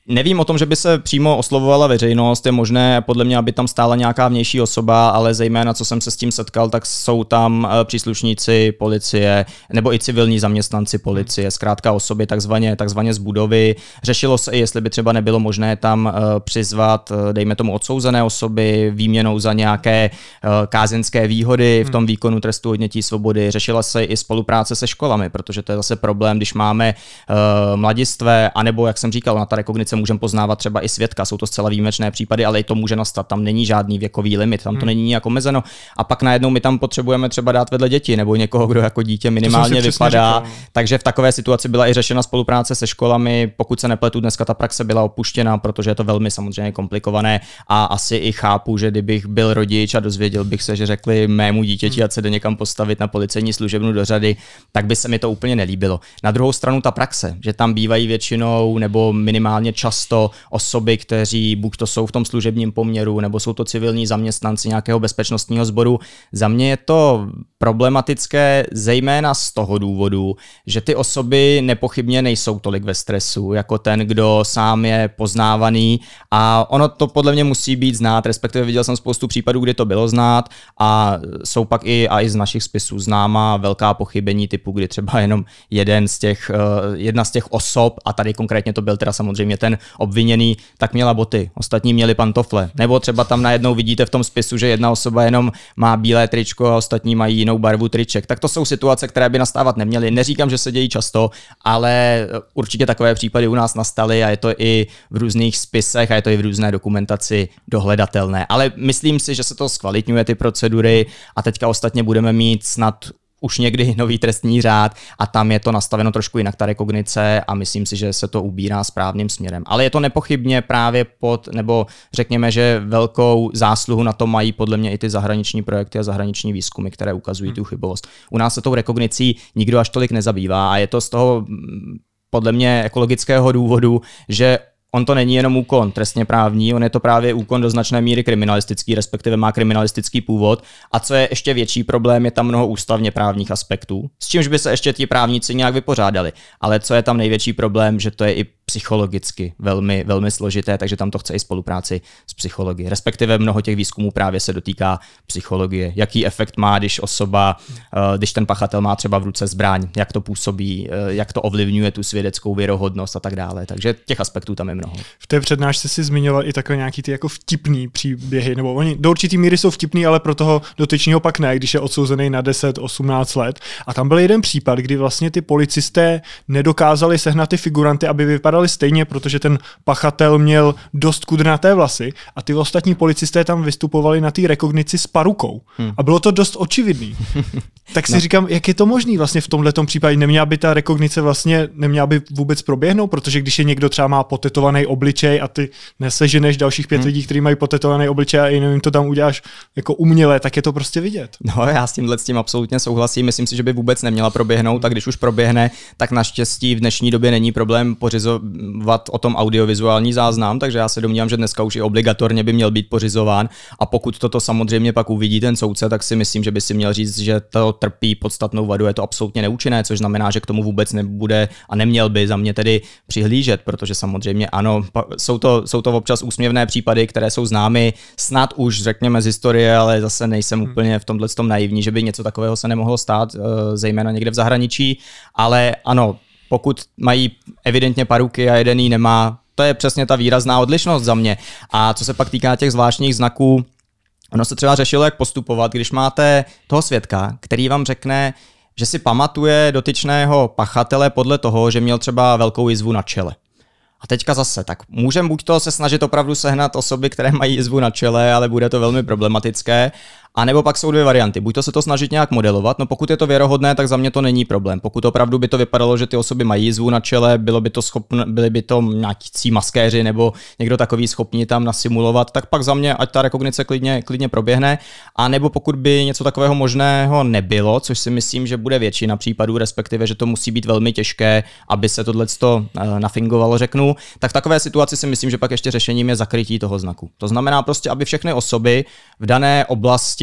Nevím o tom, že by se přímo oslovovala veřejnost, je možné podle mě, aby tam stála nějaká vnější osoba, ale zejména, co jsem se s tím setkal, tak jsou tam příslušníci policie nebo i civilní zaměstnanci policie, zkrátka osoby takzvaně, takzvaně z budovy. Řešilo se i, jestli by třeba nebylo možné tam přizvat, dejme tomu, odsouzené osoby výměnou za nějaké kázeňské výhody v tom výkonu trestu odnětí svobody. Řešila se i spolupráce se školami, protože to je zase problém, když máme mladistvé, anebo, jak jsem říkal, na ta rekognice můžeme poznávat třeba i svědka, jsou to zcela výjimečné případy, ale i to může nastat, tam není žádný věkový limit, tam to hmm. není nijak omezeno. A pak najednou my tam potřebujeme třeba dát vedle děti nebo někoho, kdo jako dítě minimálně vypadá. Takže v takové situaci byla i řešena spolupráce se školami, pokud se nepletu, dneska ta praxe byla opuštěna, protože je to velmi samozřejmě komplikované a asi i chápu, že kdybych byl rodič a dozvěděl bych se, že řekli mému dítěti, ať se jde někam postavit na policejní služebnu do řady, tak by se mi to úplně nelíbilo. Na druhou stranu ta praxe, že tam bývají většinou nebo minimálně často osoby, kteří buď to jsou v tom služebním poměru, nebo jsou to civilní zaměstnanci nějakého bezpečnostního sboru. Za mě je to problematické zejména z toho důvodu, že ty osoby nepochybně nejsou tolik ve stresu, jako ten, kdo sám je poznávaný a ono to podle mě musí být znát, respektive viděl jsem spoustu případů, kdy to bylo znát a jsou pak i, a i z našich spisů známá velká pochybení typu, kdy třeba jenom jeden z těch, jedna z těch osob, a tady konkrétně to byl teda samozřejmě ten obviněný, tak měla boty, ostatní měli pantofle. Nebo třeba tam najednou vidíte v tom spisu, že jedna osoba jenom má bílé tričko a ostatní mají jinou barvu triček. Tak to jsou situace, které by nastávat neměly. Neříkám, že se dějí často, ale určitě takové případy u nás nastaly a je to i v různých spisech a je to i v různé dokumentaci dohledatelné. Ale myslím si, že se to zkvalitňuje ty procedury a teďka ostatně budeme mít snad už někdy nový trestní řád a tam je to nastaveno trošku jinak, ta rekognice, a myslím si, že se to ubírá správným směrem. Ale je to nepochybně právě pod, nebo řekněme, že velkou zásluhu na to mají podle mě i ty zahraniční projekty a zahraniční výzkumy, které ukazují tu chybovost. U nás se tou rekognicí nikdo až tolik nezabývá a je to z toho podle mě ekologického důvodu, že on to není jenom úkon trestně právní, on je to právě úkon do značné míry kriminalistický, respektive má kriminalistický původ. A co je ještě větší problém, je tam mnoho ústavně právních aspektů, s čímž by se ještě ti právníci nějak vypořádali. Ale co je tam největší problém, že to je i psychologicky velmi, velmi složité, takže tam to chce i spolupráci s psychologi. Respektive mnoho těch výzkumů právě se dotýká psychologie. Jaký efekt má, když osoba, když ten pachatel má třeba v ruce zbraň, jak to působí, jak to ovlivňuje tu svědeckou věrohodnost a tak dále. Takže těch aspektů tam je mnoho. V té přednášce si zmiňoval i takové nějaký ty jako vtipný příběhy, nebo oni do určitý míry jsou vtipný, ale pro toho dotyčního pak ne, když je odsouzený na deset osmnáct let. A tam byl jeden případ, kdy vlastně ty policisté nedokázali sehnat ty figuranty, aby vypadali stejně, protože ten pachatel měl dost kudrnaté vlasy a ty ostatní policisté tam vystupovali na té rekognici s parukou. Hmm. A bylo to dost očividný. Tak si no. říkám, jak je to možný vlastně v tomhletom případě? Neměla by ta rekognice vlastně neměla by vůbec proběhnout, protože když je někdo třeba má potetovaný obličej a ty neseženeš dalších pět hmm. lidí, kteří mají potetovaný obličej a jenom jim to tam uděláš jako uměle, tak je to prostě vidět. No, já s tímhle s tím absolutně souhlasím. Myslím si, že by vůbec neměla proběhnout, a když už proběhne, tak naštěstí v dnešní době není problém pořizovat o tom audiovizuální záznam, takže já se domnívám, že dneska už i obligatorně by měl být pořizován, a pokud toto samozřejmě pak uvidí ten soudce, tak si myslím, že by si měl říct, že to trpí podstatnou vadu, je to absolutně neúčinné, což znamená, že k tomu vůbec nebude a neměl by za mě tedy přihlížet, protože samozřejmě ano, jsou to, jsou to občas úsměvné případy, které jsou známy snad už řekněme z historie, ale zase nejsem hmm. úplně v tomhle tom naivní, že by něco takového se nemohlo stát, zejména někde v zahraničí, ale ano, pokud mají evidentně paruky a jeden jí nemá, to je přesně ta výrazná odlišnost za mě. A co se pak týká těch zvláštních znaků, ono se třeba řešilo, jak postupovat, když máte toho svědka, který vám řekne, že si pamatuje dotyčného pachatele podle toho, že měl třeba velkou jizvu na čele. A teďka zase, tak můžeme buď to se snažit opravdu sehnat osoby, které mají jizvu na čele, ale bude to velmi problematické, a nebo pak jsou dvě varianty. Buď to se to snažit nějak modelovat, no pokud je to věrohodné, tak za mě to není problém. Pokud opravdu by to vypadalo, že ty osoby mají jizvu na čele, bylo by to schopn, byli by to nějakí maskéři nebo někdo takový schopni tam nasimulovat, tak pak za mě ať ta rekognice klidně, klidně proběhne. A nebo pokud by něco takového možného nebylo, což si myslím, že bude většina případů, respektive, že to musí být velmi těžké, aby se tohleto nafingovalo, řeknu, tak v takové situaci si myslím, že pak ještě řešením je zakrytí toho znaku. To znamená prostě, aby všechny osoby v dané oblasti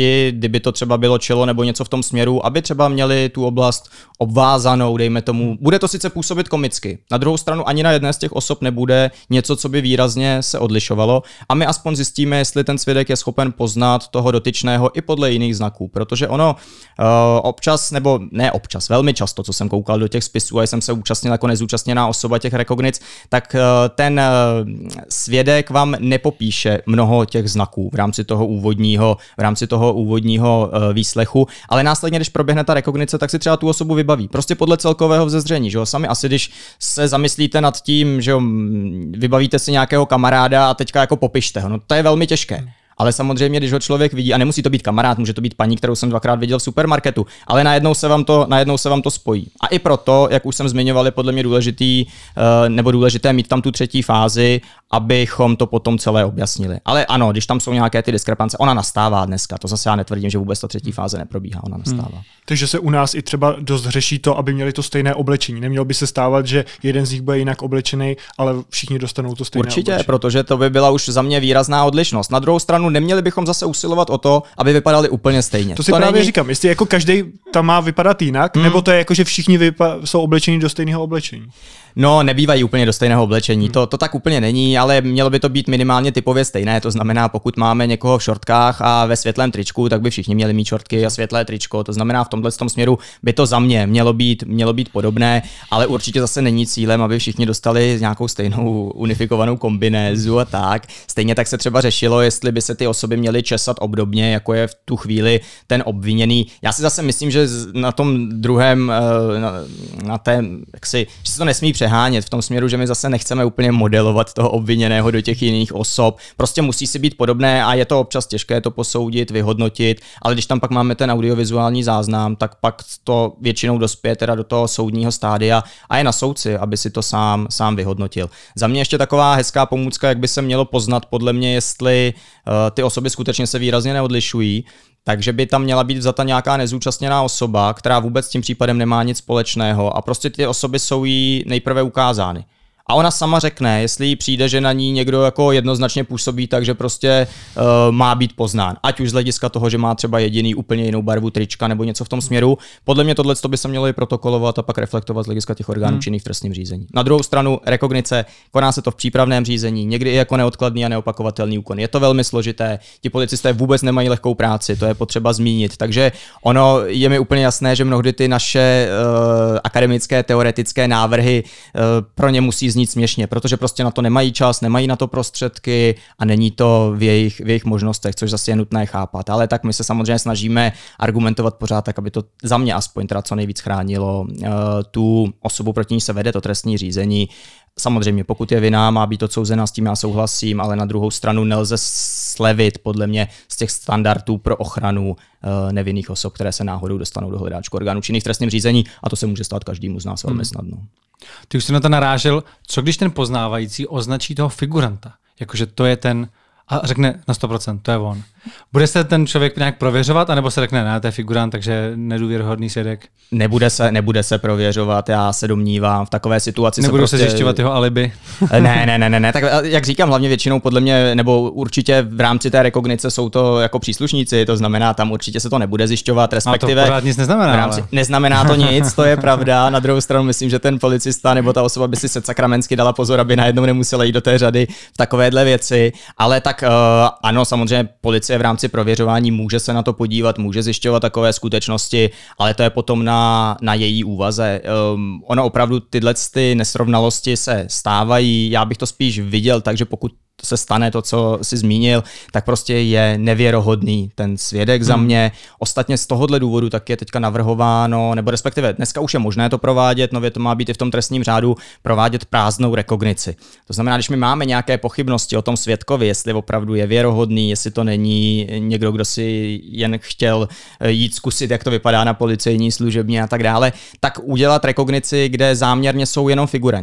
ti, kdyby to třeba bylo čelo nebo něco v tom směru, aby třeba měli tu oblast obvázanou, dejme tomu. Bude to sice působit komicky. Na druhou stranu ani na jedné z těch osob nebude něco, co by výrazně se odlišovalo a my aspoň zjistíme, jestli ten svědek je schopen poznat toho dotyčného i podle jiných znaků, protože ono uh, občas, nebo ne občas, velmi často, co jsem koukal do těch spisů a jsem se účastnil jako nezúčastněná osoba těch rekognic, tak uh, ten uh, svědek vám nepopíše mnoho těch znaků v rámci toho úvodního, v rámci toho úvodního uh, výslechu, ale následně, když proběhne ta rekognice, tak si třeba tu osobu vybaví. Prostě podle celkového vzezření, že jo? Sami asi, když se zamyslíte nad tím, že jo, vybavíte si nějakého kamaráda a teďka jako popište ho, no to je velmi těžké. Ale samozřejmě, když ho člověk vidí, a nemusí to být kamarád, může to být paní, kterou jsem dvakrát viděl v supermarketu, ale najednou se vám to, najednou se vám to spojí. A i proto, jak už jsem zmiňoval, je podle mě důležitý, nebo důležité mít tam tu třetí fázi, abychom to potom celé objasnili. Ale ano, když tam jsou nějaké ty diskrepance, ona nastává dneska. To zase já netvrdím, že vůbec ta třetí fáze neprobíhá, ona nastává. Hmm. Takže se u nás i třeba dost řeší to, aby měli to stejné oblečení. Nemělo by se stávat, že jeden z nich bude jinak oblečený, ale všichni dostanou to stejné Určitě, oblečení. Protože to by byla už za mě výrazná odlišnost. Na druhou stranu neměli bychom zase usilovat o to, aby vypadali úplně stejně. To si to právě není... říkám, jestli jako každý tam má vypadat jinak, hmm. nebo to je jako, že všichni vypa- jsou oblečení do stejného oblečení. No, nebývají úplně do stejného oblečení, to, to tak úplně není, ale mělo by to být minimálně typově stejné, to znamená, pokud máme někoho v šortkách a ve světlém tričku, tak by všichni měli mít šortky a světlé tričko, to znamená, v tomhle tom směru by to za mě mělo být, mělo být podobné, ale určitě zase není cílem, aby všichni dostali nějakou stejnou unifikovanou kombinézu a tak. Stejně tak se třeba řešilo, jestli by se ty osoby měly česat obdobně, jako je v tu chvíli ten obviněný. Já si zase myslím, že na tom druhém, na, na té, jaksi, že se to nesmí přehánět v tom směru, že my zase nechceme úplně modelovat toho obviněného do těch jiných osob. Prostě musí si být podobné a je to občas těžké to posoudit, vyhodnotit, ale když tam pak máme ten audiovizuální záznam, tak pak to většinou dospěje teda do toho soudního stádia a je na soudci, aby si to sám, sám vyhodnotil. Za mě ještě taková hezká pomůcka, jak by se mělo poznat podle mě, jestli uh, ty osoby skutečně se výrazně neodlišují, takže by tam měla být vzata nějaká nezúčastněná osoba, která vůbec s tím případem nemá nic společného a prostě ty osoby jsou jí nejprve ukázány. A ona sama řekne, jestli jí přijde, že na ní někdo jako jednoznačně působí, takže prostě uh, má být poznán. Ať už z hlediska toho, že má třeba jediný úplně jinou barvu trička nebo něco v tom směru. Podle mě tohle by se mělo i protokolovat a pak reflektovat z hlediska těch orgánů hmm. činných v trestním řízení. Na druhou stranu rekognice, koná se to v přípravném řízení, někdy i jako neodkladný a neopakovatelný úkon. Je to velmi složité. Ti policisté vůbec nemají lehkou práci, to je potřeba zmínit. Takže ono je mi úplně jasné, že mnohdy ty naše uh, akademické teoretické návrhy uh, pro ně musí znít směšně, protože prostě na to nemají čas, nemají na to prostředky a není to v jejich, v jejich možnostech, což zase je nutné chápat. Ale tak my se samozřejmě snažíme argumentovat pořád tak, aby to za mě aspoň teda co nejvíc chránilo uh, tu osobu, proti ní se vede to trestní řízení. Samozřejmě, pokud je vinná, má být odsouzena, s tím já souhlasím, ale na druhou stranu nelze slevit podle mě z těch standardů pro ochranu uh, nevinných osob, které se náhodou dostanou do hledáčku orgánů činných v trestním řízení a to se může stát každému z nás velmi hmm. snadno. Ty už jsi na to narážel, co když ten poznávající označí toho figuranta, jakože to je ten a řekne na sto procent, to je on. Bude se ten člověk nějak prověřovat, anebo se řekne, ne, to je figurant, takže nedůvěryhodný svědek? Nebude se, nebude se prověřovat, já se domnívám, v takové situaci Nebudu se prostě... se zjišťovat jeho alibi? Ne, ne, ne, ne, ne, tak jak říkám, hlavně většinou podle mě, nebo určitě v rámci té rekognice jsou to jako příslušníci, to znamená, tam určitě se to nebude zjišťovat, respektive... A to pořád nic neznamená, rámci, ale... Neznamená to nic, to je pravda, na druhou stranu myslím, že ten policista nebo ta osoba by si se sakramensky dala pozor, aby najednou nemusela jít do té řady v takovéhle věci, ale tak uh, ano, samozřejmě policie v rámci prověřování může se na to podívat, může zjišťovat takové skutečnosti, ale to je potom na, na její úvaze. Um, ono opravdu tyhle ty nesrovnalosti se stávají, já bych to spíš viděl, takže pokud se stane to, co jsi zmínil, tak prostě je nevěrohodný ten svědek hmm. za mě. Ostatně z tohohle důvodu tak je teďka navrhováno, nebo respektive dneska už je možné to provádět, nově to má být i v tom trestním řádu, provádět prázdnou rekognici. To znamená, když my máme nějaké pochybnosti o tom svědkovi, jestli opravdu je věrohodný, jestli to není někdo, kdo si jen chtěl jít zkusit, jak to vypadá na policejní služebně a tak dále, tak udělat rekognici, kde záměrně jsou jenom figuranti.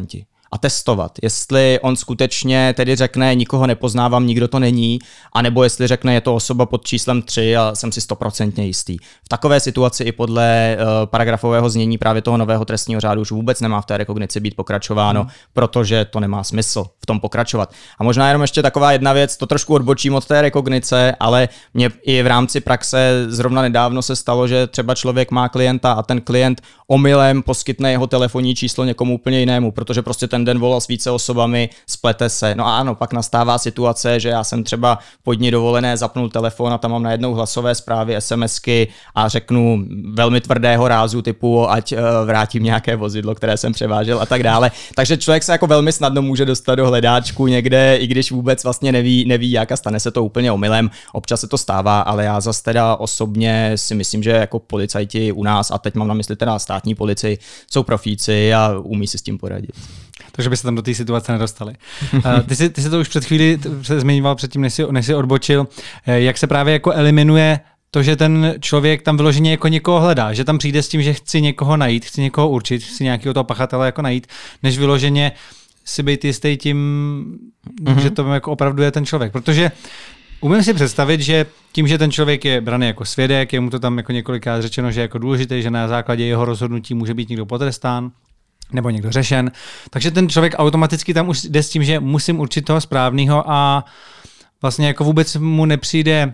a testovat, jestli on skutečně tedy řekne, nikoho nepoznávám, nikdo to není, anebo jestli řekne, je to osoba pod číslem tři a jsem si stoprocentně jistý. V takové situaci i podle uh, paragrafového znění právě toho nového trestního řádu už vůbec nemá v té rekognici být pokračováno, hmm. protože to nemá smysl v tom pokračovat. A možná jenom ještě taková jedna věc, to trošku odbočím od té rekognice, ale mě i v rámci praxe zrovna nedávno se stalo, že třeba člověk má klienta a ten klient omylem poskytne jeho telefonní číslo někomu úplně jinému, protože prostě ten den volal s více osobami, splete se. No a ano, pak nastává situace, že já jsem třeba po dni dovolené zapnul telefon a tam mám najednou hlasové zprávy, SMSky a řeknu velmi tvrdého rázu typu, ať uh, vrátím nějaké vozidlo, které jsem převážel a tak dále. Takže člověk se jako velmi snadno může dostat do hledáčku někde, i když vůbec vlastně neví, neví jak a stane se to úplně omylem. Občas se to stává, ale já zase teda osobně si myslím, že jako policajti u nás, a teď mám na mysli teda státní policii, jsou profíci a umí si s tím poradit. Takže by se tam do té situace nedostali. Uh, ty, jsi, ty jsi to už před chvíli zmiňoval předtím, než jsi, než jsi odbočil, jak se právě jako eliminuje to, že ten člověk tam vyloženě jako někoho hledá, že tam přijde s tím, že chci někoho najít, chci někoho určit, chci nějakého toho pachatele jako najít, než vyloženě si být jistý tím, mm-hmm. že to jako opravdu je ten člověk. Protože umím si představit, že tím, že ten člověk je braný jako svědek, je mu to tam jako několikrát řečeno, že je jako důležité, že na základě jeho rozhodnutí může být někdo potrestán nebo někdo řešen. Takže ten člověk automaticky tam už jde s tím, že musím určit toho správného a vlastně jako vůbec mu nepřijde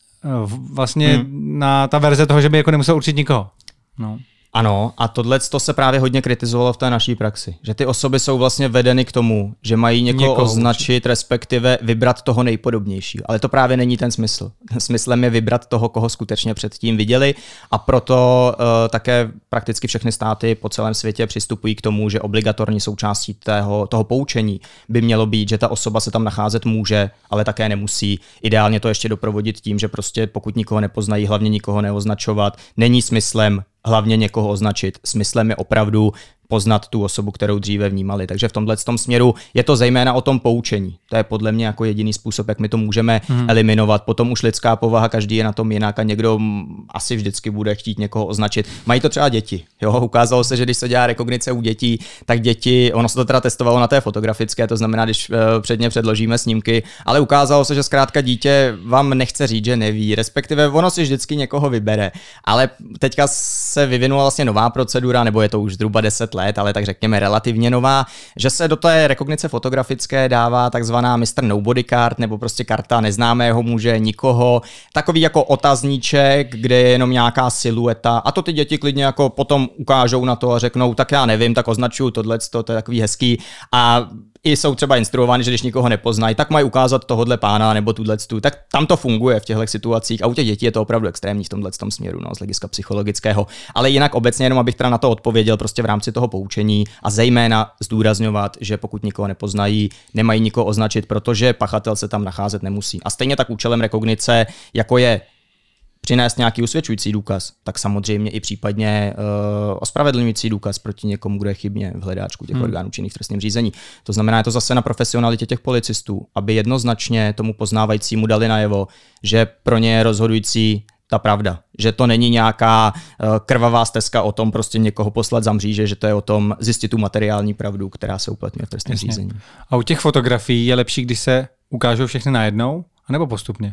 vlastně hmm. na ta verze toho, že by jako nemusel určit nikoho. No. Ano, a tohle to se právě hodně kritizovalo v té naší praxi. Že ty osoby jsou vlastně vedeny k tomu, že mají někoho, někoho označit, určitě. Respektive vybrat toho nejpodobnějšího. Ale to právě není ten smysl. Smyslem je vybrat toho, koho skutečně předtím viděli, a proto uh, také prakticky všechny státy po celém světě přistupují k tomu, že obligatorní součástí tého, toho poučení by mělo být, že ta osoba se tam nacházet může, ale také nemusí. Ideálně to ještě doprovodit tím, že prostě pokud nikoho nepoznají, hlavně nikoho neoznačovat, není smyslem hlavně někoho označit. Smyslem je opravdu poznat tu osobu, kterou dříve vnímali. Takže v tomhle tom směru je to zejména o tom poučení. To je podle mě jako jediný způsob, jak my to můžeme hmm. eliminovat. Potom už lidská povaha, každý je na tom jinak a někdo asi vždycky bude chtít někoho označit. Mají to třeba děti. Jo, ukázalo se, že když se dělá rekognice u dětí, tak děti, ono se to teda testovalo na té fotografické, to znamená, když předně předložíme snímky, ale ukázalo se, že zkrátka dítě vám nechce říct, že neví, respektive ono si vždycky někoho vybere. Ale teďka se vyvinula vlastně nová procedura, nebo je to už zhruba deset let, ale tak řekněme relativně nová, že se do té rekognice fotografické dává takzvaná mister Nobody card, nebo prostě karta neznámého muže, nikoho, takový jako otazníček, kde je jenom nějaká silueta, a to ty děti klidně jako potom ukážou na to a řeknou, tak já nevím, tak označuju tohleto, to je takový hezký, a i jsou třeba instruováni, že když nikoho nepoznají, tak mají ukázat tohodle pána nebo tuto, tak tam to funguje v těchto situacích, a u těch dětí je to opravdu extrémní v tomhle směru, no, z hlediska psychologického. Ale jinak obecně jenom abych teda na to odpověděl prostě v rámci toho poučení a zejména zdůrazňovat, že pokud nikoho nepoznají, nemají nikoho označit, protože pachatel se tam nacházet nemusí. A stejně tak účelem rekognice, jako je přinést nějaký usvědčující důkaz, tak samozřejmě i případně uh, ospravedlňující důkaz proti někomu, kdo je chybně v hledáčku těch hmm. orgánů činných v trestním řízení. To znamená, je to zase na profesionalitě těch policistů, aby jednoznačně tomu poznávajícímu dali najevo, že pro ně je rozhodující ta pravda, že to není nějaká uh, krvavá stezka o tom prostě někoho poslat za mříže, že to je o tom zjistit tu materiální pravdu, která se uplatňuje v trestním řízení. A u těch fotografií je lepší, když se ukážou všechny najednou, anebo postupně?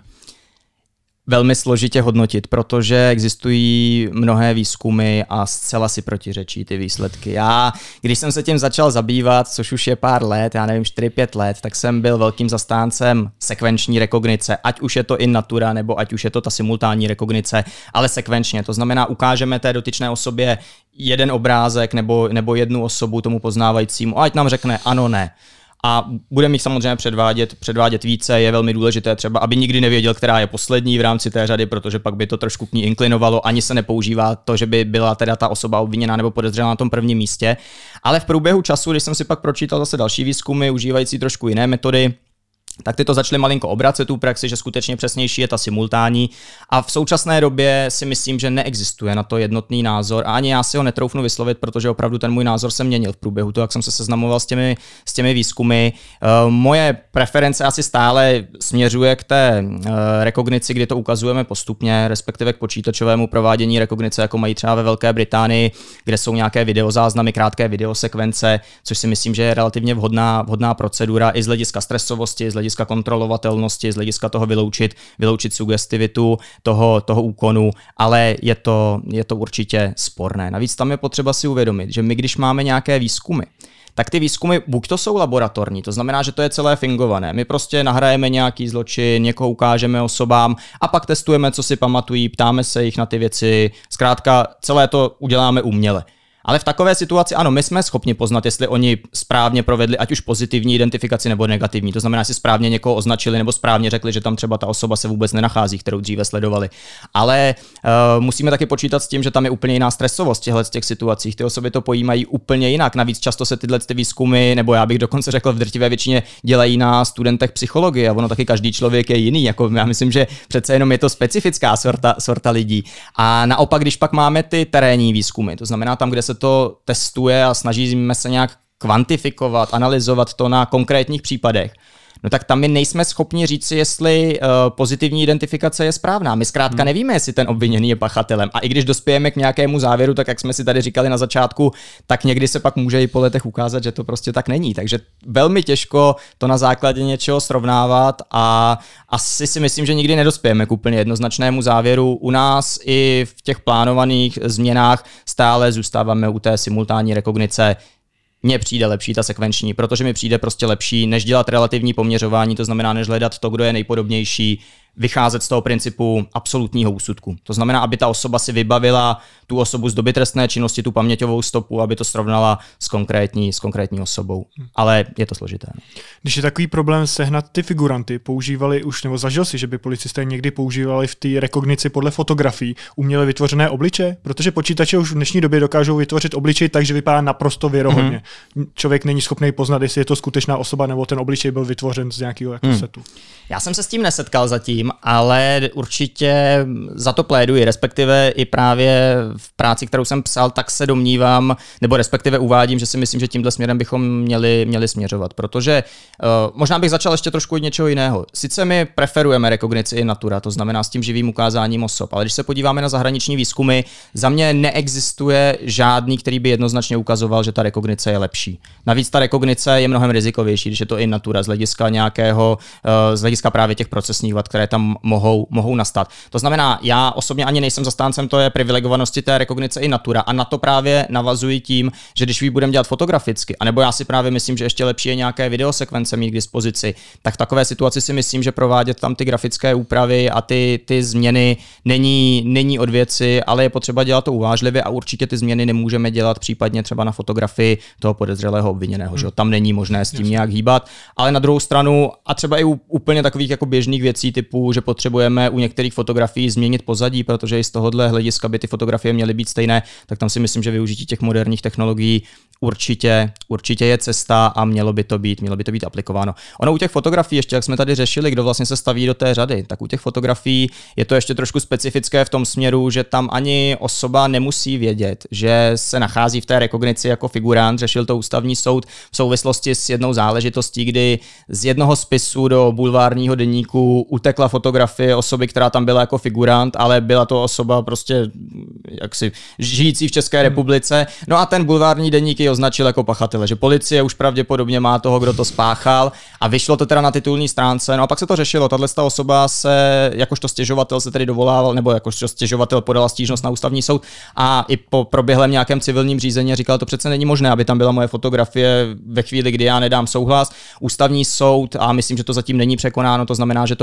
Velmi složitě hodnotit, protože existují mnohé výzkumy a zcela si protiřečí ty výsledky. Já, když jsem se tím začal zabývat, což už je pár let, já nevím, čtyři pět let, tak jsem byl velkým zastáncem sekvenční rekognice, ať už je to in natura, nebo ať už je to ta simultánní rekognice, ale sekvenčně. To znamená, ukážeme té dotyčné osobě jeden obrázek nebo, nebo jednu osobu tomu poznávajícímu, ať nám řekne ano, ne. A budeme jich samozřejmě předvádět, předvádět více, je velmi důležité třeba, aby nikdy nevěděl, která je poslední v rámci té řady, protože pak by to trošku k ní inklinovalo, ani se nepoužívá to, že by byla teda ta osoba obviněná nebo podezřelá na tom prvním místě. Ale v průběhu času, když jsem si pak pročítal zase další výzkumy, užívající trošku jiné metody, tak ty to začaly malinko obracet tu praxi, že skutečně přesnější je ta simultánní a v současné době si myslím, že neexistuje na to jednotný názor a ani já si ho netroufnu vyslovit, protože opravdu ten můj názor se měnil v průběhu toho, jak jsem se seznamoval s těmi, s těmi výzkumy. Moje preference asi stále směřuje k té rekognici, kdy to ukazujeme postupně, respektive k počítačovému provádění rekognice, jako mají třeba ve Velké Británii, kde jsou nějaké videozáznamy, krátké videosekvence, což si myslím, že je relativně vhodná, vhodná procedura i z hlediska stresovosti, z hlediska kontrolovatelnosti, z hlediska toho vyloučit, vyloučit sugestivitu toho, toho úkonu, ale je to, je to určitě sporné. Navíc tam je potřeba si uvědomit, že my, když máme nějaké výzkumy, tak ty výzkumy buď to jsou laboratorní, to znamená, že to je celé fingované. My prostě nahrajeme nějaký zločin, někoho ukážeme osobám a pak testujeme, co si pamatují, ptáme se jich na ty věci, zkrátka celé to uděláme uměle. Ale v takové situaci, ano, my jsme schopni poznat, jestli oni správně provedli ať už pozitivní identifikaci nebo negativní. To znamená, jestli správně někoho označili nebo správně řekli, že tam třeba ta osoba se vůbec nenachází, kterou dříve sledovali. Ale uh, musíme taky počítat s tím, že tam je úplně jiná stresovost těchto z těch situacích. Ty osoby to pojímají úplně jinak. Navíc často se tyhle ty výzkumy, nebo já bych dokonce řekl v drtivé většině, dělají na studentech psychologie. A ono taky každý člověk je jiný. Jako já myslím, že přece jenom je to specifická sorta, sorta lidí. A naopak, když pak máme ty terénní výzkumy, to znamená tam, kde se to testuje a snažíme se nějak kvantifikovat, analyzovat to na konkrétních případech, no tak tam my nejsme schopni říci, jestli uh, pozitivní identifikace je správná. My zkrátka hmm. nevíme, jestli ten obviněný je pachatelem. A i když dospějeme k nějakému závěru, tak jak jsme si tady říkali na začátku, tak někdy se pak může i po letech ukázat, že to prostě tak není. Takže velmi těžko to na základě něčeho srovnávat a asi si myslím, že nikdy nedospějeme k úplně jednoznačnému závěru. U nás i v těch plánovaných změnách stále zůstáváme u té simultánní rekognice. Mně přijde lepší ta sekvenční, protože mi přijde prostě lepší, než dělat relativní poměřování, to znamená, než hledat to, kdo je nejpodobnější, vycházet z toho principu absolutního úsudku. To znamená, aby ta osoba si vybavila tu osobu z doby trestné činnosti, tu paměťovou stopu, aby to srovnala s konkrétní, s konkrétní osobou. Ale je to složité. Když je takový problém sehnat ty figuranty, používali už, nebo zažil si, že by policisté někdy používali v té rekognici podle fotografií uměle vytvořené obličeje, protože počítače už v dnešní době dokážou vytvořit obličej tak, že vypadá naprosto věrohodně. Mm-hmm. Člověk není schopný poznat, jestli je to skutečná osoba, nebo ten obličej byl vytvořen z nějakého jako mm. setu. Já jsem se s tím nesetkal zatím, ale určitě za to pléduji, respektive i právě v práci, kterou jsem psal, tak se domnívám, nebo respektive uvádím, že si myslím, že tímhle směrem bychom měli, měli směřovat, protože uh, možná bych začal ještě trošku od něčeho jiného. Sice my preferujeme rekognici in natura, to znamená s tím živým ukázáním osob, ale když se podíváme na zahraniční výzkumy, za mě neexistuje žádný, který by jednoznačně ukazoval, že ta rekognice je lepší. Navíc ta rekognice je mnohem rizikovější, když je to in natura z hlediska nějakého, uh, z hlediska právě těch procesních vad, které tam mohou, mohou nastat. To znamená, já osobně ani nejsem zastáncem té privilegovanosti té rekognice in natura a na to právě navazuji tím, že když ji budeme dělat fotograficky, anebo já si právě myslím, že ještě lepší je nějaké videosekvence mít k dispozici, tak v takové situaci si myslím, že provádět tam ty grafické úpravy a ty, ty změny není, není od věci, ale je potřeba dělat to uvážlivě a určitě ty změny nemůžeme dělat případně třeba na fotografii toho podezřelého obviněného, hmm. že tam není možné s tím Jasně. nějak hýbat, ale na druhou stranu a třeba i u úplně takových jako běžných věcí typu, že potřebujeme u některých fotografií změnit pozadí, protože i z tohohle hlediska by ty fotografie měly být stejné, tak tam si myslím, že využití těch moderních technologií určitě, určitě je cesta a mělo by to být, mělo by to být aplikováno. Ono u těch fotografií, ještě jak jsme tady řešili, kdo vlastně se staví do té řady, tak u těch fotografií je to ještě trošku specifické v tom směru, že tam ani osoba nemusí vědět, že se nachází v té rekognici jako figurant. Řešil to ústavní soud v souvislosti s jednou záležitostí, kdy z jednoho spisu do bulvárního deníku utekla fotografie osoby, která tam byla jako figurant, ale byla to osoba prostě jaksi žijící v České republice. No a ten bulvární deník ji označil jako pachatele, že policie už pravděpodobně má toho, kdo to spáchal a vyšlo to teda na titulní stránce. No a pak se to řešilo. Tato osoba se jakožto stěžovatel se tedy dovolával, nebo jakožto stěžovatel podala stížnost na ústavní soud a i po proběhlém nějakém civilním řízení říkal, to přece není možné, aby tam byla moje fotografie ve chvíli, kdy já nedám souhlas. Ústavní soud, a myslím, že to zatím není překonáno, to znamená, že to platí,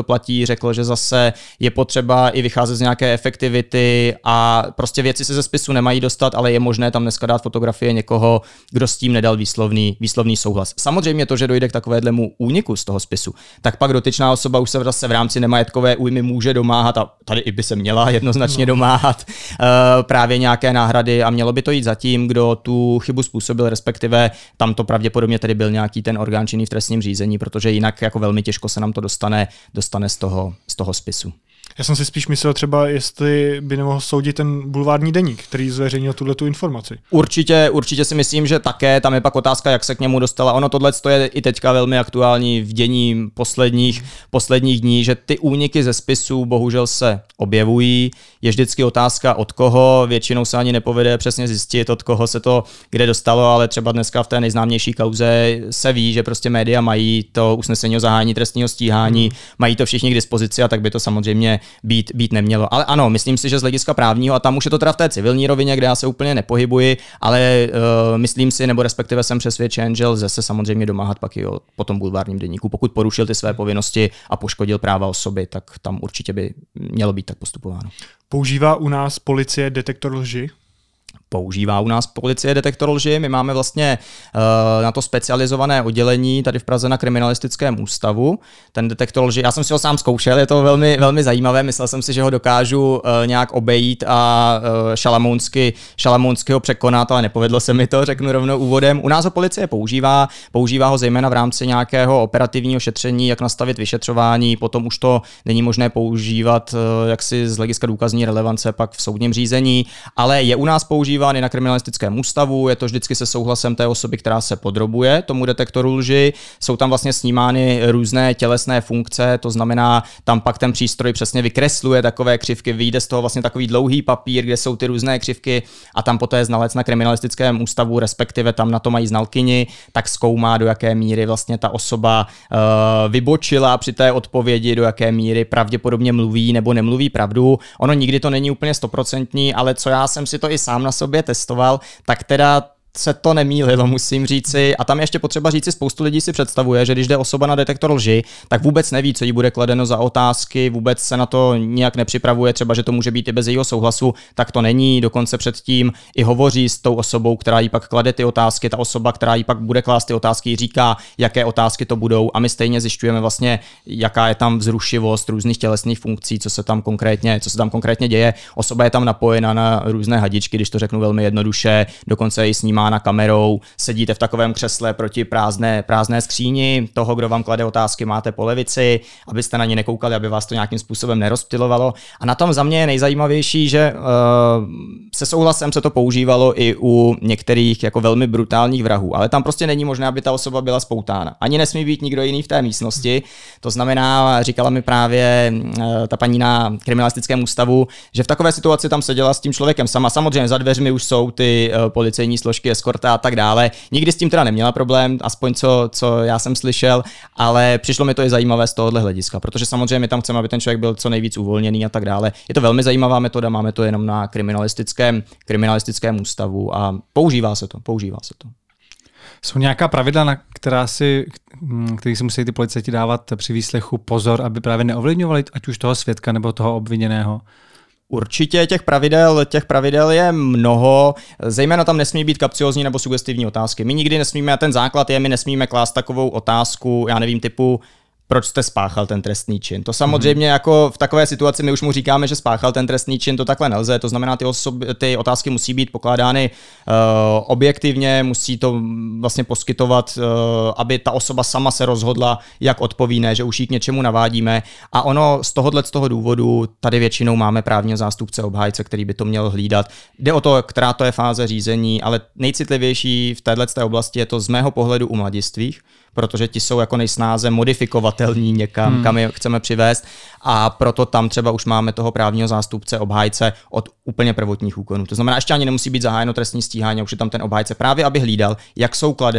řekl, že zase je potřeba i vycházet z nějaké efektivity a prostě věci se ze spisu nemají dostat, ale je možné tam dneska dát fotografie někoho, kdo s tím nedal výslovný, výslovný souhlas. Samozřejmě to, že dojde k takovému úniku z toho spisu, tak pak dotyčná osoba už se zase v rámci nemajetkové újmy může domáhat a tady i by se měla jednoznačně no. domáhat uh, právě nějaké náhrady a mělo by to jít za tím, kdo tu chybu způsobil, respektive tam to pravděpodobně tedy byl nějaký ten orgán činný v trestním řízení, protože jinak jako velmi těžko se nám to dostane, dostane z toho, z toho spisu. Já jsem si spíš myslel třeba, jestli by nemohl soudit ten bulvární deník, který zveřejnil tuhletu informaci. Určitě, určitě si myslím, že také, tam je pak otázka, jak se k němu dostala. Ono tohle je i teďka velmi aktuální v dění posledních, posledních dní, že ty úniky ze spisů bohužel se objevují. Je vždycky otázka od koho, většinou se ani nepovede přesně zjistit, od koho se to kde dostalo, ale třeba dneska v té nejznámější kauze se ví, že prostě média mají to usnesení o zahájení trestního stíhání, hmm. mají to všichni k dispozici a tak by to samozřejmě být, být nemělo. Ale ano, myslím si, že z hlediska právního, a tam už je to teda v té civilní rovině, kde já se úplně nepohybuji, ale uh, myslím si, nebo respektive jsem přesvědčen, že lze se samozřejmě domáhat pak i o potom bulvárním deníku. Pokud porušil ty své povinnosti a poškodil práva osoby, tak tam určitě by mělo být tak postupováno. Používá u nás policie detektor lži? Používá u nás policie detektor lži. My máme vlastně uh, na to specializované oddělení tady v Praze na kriminalistickém ústavu. Ten detektor lži, já jsem si ho sám zkoušel, je to velmi, velmi zajímavé. Myslel jsem si, že ho dokážu uh, nějak obejít a uh, šalamounsky, šalamounsky ho překonat, ale nepovedlo se mi to, řeknu rovnou úvodem. U nás ho policie používá, používá ho zejména v rámci nějakého operativního šetření, jak nastavit vyšetřování, potom už to není možné používat uh, jaksi z hlediska důkazní relevance pak v soudním řízení, ale je u nás používá i na kriminalistickém ústavu, je to vždycky se souhlasem té osoby, která se podrobuje tomu detektoru lži. Jsou tam vlastně snímány různé tělesné funkce, to znamená, tam pak ten přístroj přesně vykresluje takové křivky, vyjde z toho vlastně takový dlouhý papír, kde jsou ty různé křivky a tam poté znalec na kriminalistickém ústavu, respektive tam na to mají znalkyni, tak zkoumá, do jaké míry vlastně ta osoba uh, vybočila při té odpovědi, do jaké míry pravděpodobně mluví nebo nemluví pravdu. Ono nikdy to není úplně stoprocentní, ale co já jsem si to i sám na sobě testoval, tak teda se to nemýlilo, musím říci. A tam je ještě potřeba říci, spoustu lidí si představuje, že když jde osoba na detektor lži, tak vůbec neví, co jí bude kladeno za otázky, vůbec se na to nijak nepřipravuje, třeba, že to může být i bez jejího souhlasu, tak to není. Dokonce předtím i hovoří s tou osobou, která jí pak klade ty otázky, ta osoba, která jí pak bude klást ty otázky, říká, jaké otázky to budou a my stejně zjišťujeme vlastně, jaká je tam vzrušivost různých tělesných funkcí, co se tam konkrétně, co se tam konkrétně děje. Osoba je tam napojena na různé hadičky, když to řeknu velmi jednoduše, dokonce i snímá na kamerou, sedíte v takovém křesle proti prázdné, prázdné skříni, toho, kdo vám klade otázky, máte po levici, abyste na ně nekoukali, aby vás to nějakým způsobem nerozptylovalo. A na tom za mě je nejzajímavější, že uh, se souhlasem se to používalo i u některých jako velmi brutálních vrahů, ale tam prostě není možné, aby ta osoba byla spoutána. Ani nesmí být nikdo jiný v té místnosti. To znamená, říkala mi právě uh, ta paní na kriminalistickém ústavu, že v takové situaci tam seděla s tím člověkem sama. Samozřejmě za dveřmi už jsou ty uh, policejní složky, eskorta a tak dále. Nikdy s tím teda neměla problém, aspoň co, co já jsem slyšel, ale přišlo mi to i zajímavé z tohohle hlediska, protože samozřejmě my tam chceme, aby ten člověk byl co nejvíc uvolněný a tak dále. Je to velmi zajímavá metoda, máme to jenom na kriminalistickém, kriminalistickém ústavu a používá se to, používá se to. Jsou nějaká pravidla, na která si, který si musí ty policajti dávat při výslechu pozor, aby právě neovlivňovali ať už toho svědka nebo toho obviněného? Určitě těch pravidel, těch pravidel je mnoho, zejména tam nesmí být kapciozní nebo sugestivní otázky. My nikdy nesmíme, a ten základ je, my nesmíme klást takovou otázku, já nevím, typu proč jste spáchal ten trestný čin. To samozřejmě mm. jako v takové situaci my už mu říkáme, že spáchal ten trestný čin, to takhle nelze, to znamená, ty, osoby, ty otázky musí být pokládány uh, objektivně, musí to vlastně poskytovat, uh, aby ta osoba sama se rozhodla, jak odpoví, ne, že už jí k něčemu navádíme. A ono z tohohle z toho důvodu tady většinou máme právního zástupce obhájce, který by to měl hlídat. Jde o to, která to je fáze řízení, ale nejcitlivější v této oblasti je to z mého pohledu u mladistvých, protože ti jsou jako nejsnáze modifikovatelní někam, hmm. kam je chceme přivést a proto tam třeba už máme toho právního zástupce, obhájce od úplně prvotních úkonů. To znamená, ještě ani nemusí být zahájeno trestní stíhání, už je tam ten obhájce právě, aby hlídal, jak jsou kladeny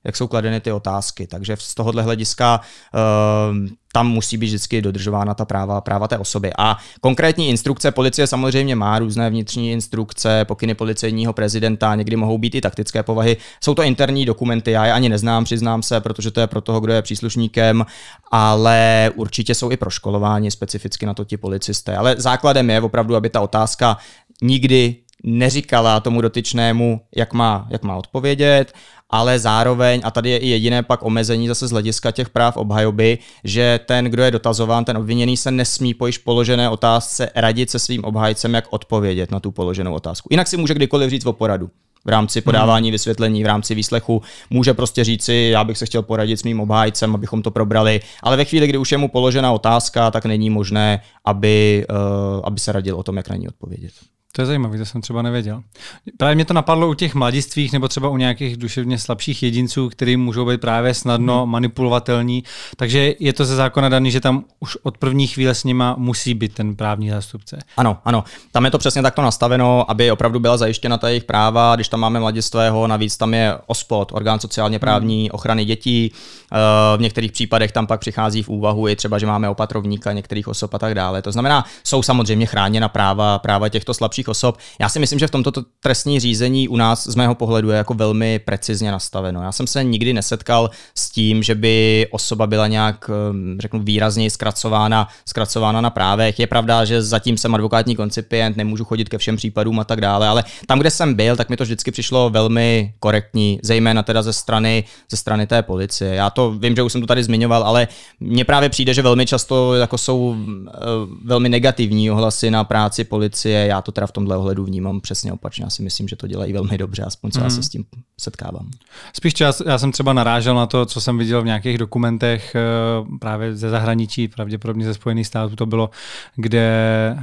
jak jsou kladeny ty otázky. Takže z tohohle hlediska uh, tam musí být vždycky dodržována ta práva, práva té osoby. A konkrétní instrukce policie samozřejmě má různé vnitřní instrukce, pokyny policejního prezidenta, někdy mohou být i taktické povahy. Jsou to interní dokumenty, já je ani neznám, přiznám se, protože to je pro toho, kdo je příslušníkem, ale určitě jsou i proškolováni specificky na to ti policisté. Ale základem je opravdu, aby ta otázka nikdy neříkala tomu dotyčnému, jak má, jak má odpovědět, ale zároveň, a tady je i jediné pak omezení zase z hlediska těch práv obhajoby, že ten, kdo je dotazován, ten obviněný se nesmí po již položené otázce radit se svým obhájcem, jak odpovědět na tu položenou otázku. Jinak si může kdykoliv říct o poradu. V rámci podávání hmm. vysvětlení, v rámci výslechu může prostě říci, já bych se chtěl poradit s mým obhájcem, abychom to probrali, ale ve chvíli, kdy už je mu položena otázka, tak není možné, aby, uh, aby se radil o tom, jak na ní odpovědět. To je zajímavé, to jsem třeba nevěděl. Právě mě to napadlo u těch mladistvých nebo třeba u nějakých duševně slabších jedinců, kteří můžou být právě snadno hmm. manipulovatelní. Takže je to ze zákona daný, že tam už od první chvíle s nima musí být ten právní zástupce. Ano, ano. Tam je to přesně takto nastaveno, aby opravdu byla zajištěna ta jejich práva. Když tam máme mladistvého, navíc tam je OSPOD, orgán sociálně právní hmm. ochrany dětí. V některých případech tam pak přichází v úvahu i třeba, že máme opatrovníka některých osob a tak dále. To znamená, jsou samozřejmě chráněna práva, práva těchto slabších osob. Já si myslím, že v tomto trestní řízení u nás z mého pohledu je jako velmi precizně nastaveno. Já jsem se nikdy nesetkal s tím, že by osoba byla nějak, řeknu, výrazněji zkracována, zkracována na právech. Je pravda, že zatím jsem advokátní koncipient, nemůžu chodit ke všem případům a tak dále, ale tam, kde jsem byl, tak mi to vždycky přišlo velmi korektní, zejména teda ze strany, ze strany té policie. Já to vím, že už jsem to tady zmiňoval, ale mně právě přijde, že velmi často jako jsou velmi negativní ohlasy na práci policie. Já to teda v tomhle ohledu vnímám přesně opačně. Já si myslím, že to dělají velmi dobře, aspoň co mm. já se s tím setkávám. Spíš čas, já jsem třeba narážel na to, co jsem viděl v nějakých dokumentech právě ze zahraničí, pravděpodobně ze Spojených států to bylo, kde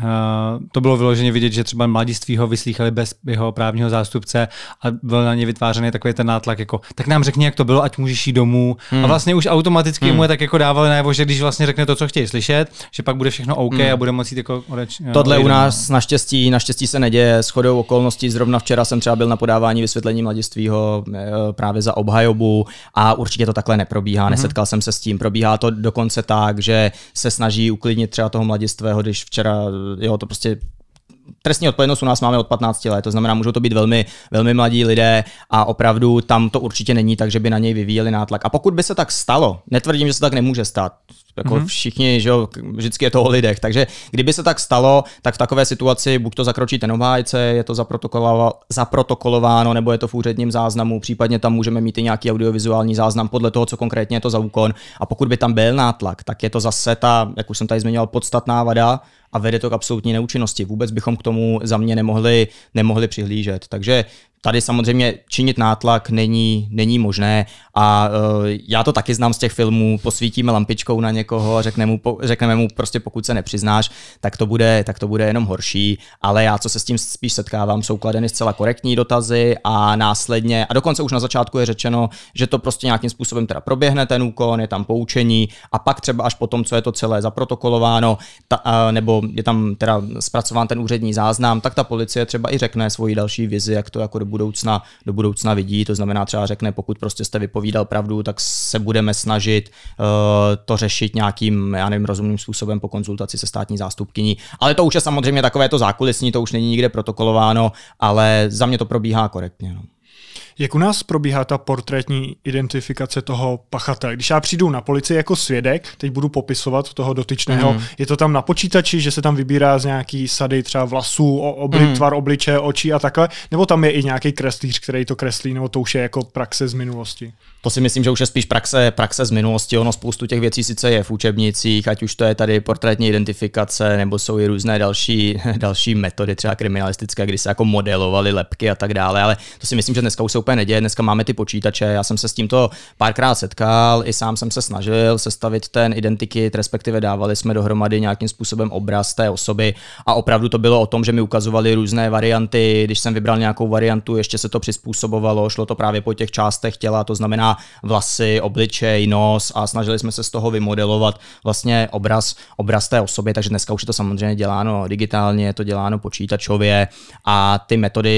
to bylo vyloženě vidět, že třeba mladiství ho vyslýchali bez jeho právního zástupce a byl na ně vytvářený takový ten nátlak, jako tak nám řekni, jak to bylo, ať můžeš jít domů. Mm. A vlastně už automaticky mm. mu je tak jako dávali najevo, že když vlastně řekne to, co chtějí slyšet, že pak bude všechno OK mm. a bude moci jako odeč. Tohle u nás naštěstí, naštěstí se neděje. Shodou okolností zrovna včera jsem třeba byl na podávání vysvětlení mladistvího právě za obhajobu a určitě to takhle neprobíhá. Mm-hmm. Nesetkal jsem se s tím. Probíhá to dokonce tak, že se snaží uklidnit třeba toho mladistvého, když včera, jo, to prostě trestní odpovědnost u nás máme od patnácti let, to znamená, můžou to být velmi, velmi mladí lidé a opravdu tam to určitě není tak, že by na něj vyvíjeli nátlak. A pokud by se tak stalo, netvrdím, že se tak nemůže stát. Jako mm-hmm. všichni, že jo, vždycky je to o lidech. Takže kdyby se tak stalo, tak v takové situaci buď to zakročí ten obhájce, je to zaprotokolováno, nebo je to v úředním záznamu, případně tam můžeme mít i nějaký audiovizuální záznam podle toho, co konkrétně je to za úkon. A pokud by tam byl nátlak, tak je to zase ta, jak už jsem tady zmiňoval, podstatná vada a vede to k absolutní neúčinnosti. Vůbec bychom k tomu za mě nemohli, nemohli přihlížet. Takže tady samozřejmě činit nátlak není, není možné a uh, já to taky znám z těch filmů, posvítíme lampičkou na někoho a řekneme mu, po, řekneme mu prostě pokud se nepřiznáš, tak to, bude, tak to bude jenom horší, ale já co se s tím spíš setkávám, jsou kladeny zcela korektní dotazy a následně, a dokonce už na začátku je řečeno, že to prostě nějakým způsobem teda proběhne ten úkon, je tam poučení a pak třeba až potom, co je to celé zaprotokolováno, ta, uh, nebo je tam teda zpracován ten úřední záznam, tak ta policie třeba i řekne svoji další vizi, jak to jako do budoucna, do budoucna vidí, to znamená třeba řekne, pokud prostě jste vypovídal pravdu, tak se budeme snažit uh, to řešit nějakým, já nevím, rozumným způsobem po konzultaci se státní zástupkyní, ale to už je samozřejmě takové to zákulisní, to už není nikde protokolováno, ale za mě to probíhá korektně. No. Jak u nás probíhá ta portrétní identifikace toho pachatele? Když já přijdu na policii jako svědek, teď budu popisovat toho dotyčného, mm. je to tam na počítači, že se tam vybírá z nějaký sady třeba vlasů, obli, mm. tvar obličeje, očí a takhle, nebo tam je i nějaký kreslíř, který to kreslí, nebo to už je jako praxe z minulosti? To si myslím, že už je spíš praxe, praxe z minulosti. Ono spoustu těch věcí sice je v učebnicích, ať už to je tady portrétní identifikace, nebo jsou i různé další, další metody, třeba kriminalistické, kdy se jako modelovaly lebky a tak dále, ale to si myslím, že dneska už se úplně neděje. Dneska máme ty počítače, já jsem se s tímto párkrát setkal, i sám jsem se snažil sestavit ten identikit, respektive dávali jsme dohromady nějakým způsobem obraz té osoby a opravdu to bylo o tom, že mi ukazovali různé varianty, když jsem vybral nějakou variantu, ještě se to přizpůsobovalo, šlo to právě po těch částech těla, to znamená vlasy, obličej, nos a snažili jsme se z toho vymodelovat vlastně obraz, obraz té osoby, takže dneska už je to samozřejmě děláno digitálně, je to děláno počítačově a ty metody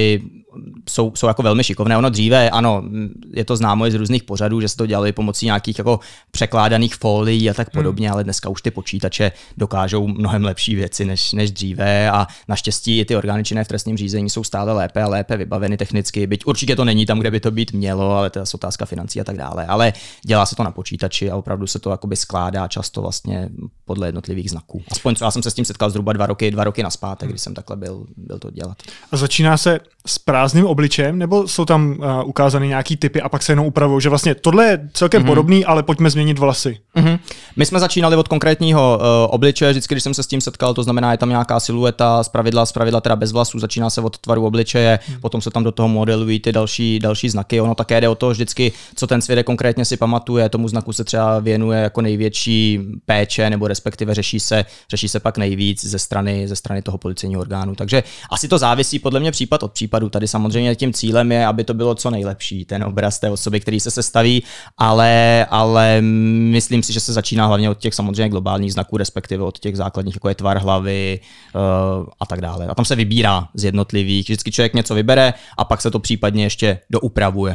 jsou, jsou jako velmi šikovné. Ono dříve, ano, je to známo i z různých pořadů, že se to dělali pomocí nějakých jako překládaných folií a tak podobně, hmm. ale dneska už ty počítače dokážou mnohem lepší věci než, než dříve a naštěstí i ty orgány činné v trestním řízení jsou stále lépe a lépe vybaveny technicky, byť určitě to není tam, kde by to být mělo, ale to je otázka financí a tak dále, ale dělá se to na počítači a opravdu se to jakoby skládá často vlastně podle jednotlivých znaků. Aspoň co já jsem se s tím setkal zhruba dva roky, dva roky naspátek, když jsem takhle byl, byl to dělat. A začíná se s prázdným obličejem, nebo jsou tam uh, ukázány nějaký typy a pak se jenom upravují, že vlastně tohle je celkem mm-hmm. podobný, ale pojďme změnit vlasy. Mm-hmm. My jsme začínali od konkrétního uh, obličeje, vždycky, když jsem se s tím setkal, to znamená, je tam nějaká silueta, zpravidla, zpravidla teda bez vlasů, začíná se od tvaru obličeje, mm. potom se tam do toho modelují ty další, další znaky. Ono také jde o to vždycky, co ten svědek konkrétně si pamatuje, tomu znaku se třeba věnuje jako největší péče, nebo respektive řeší se, řeší se pak nejvíc ze strany, ze strany toho policejního orgánu. Takže asi to závisí podle mě případ od případu. Tady samozřejmě tím cílem je, aby to bylo co nejlepší, ten obraz té osoby, který se sestaví, ale, ale myslím si, že se začíná hlavně od těch samozřejmě globálních znaků, respektive od těch základních, jako je tvar hlavy uh, a tak dále. A tam se vybírá z jednotlivých. Vždycky člověk něco vybere a pak se to případně ještě doupravuje.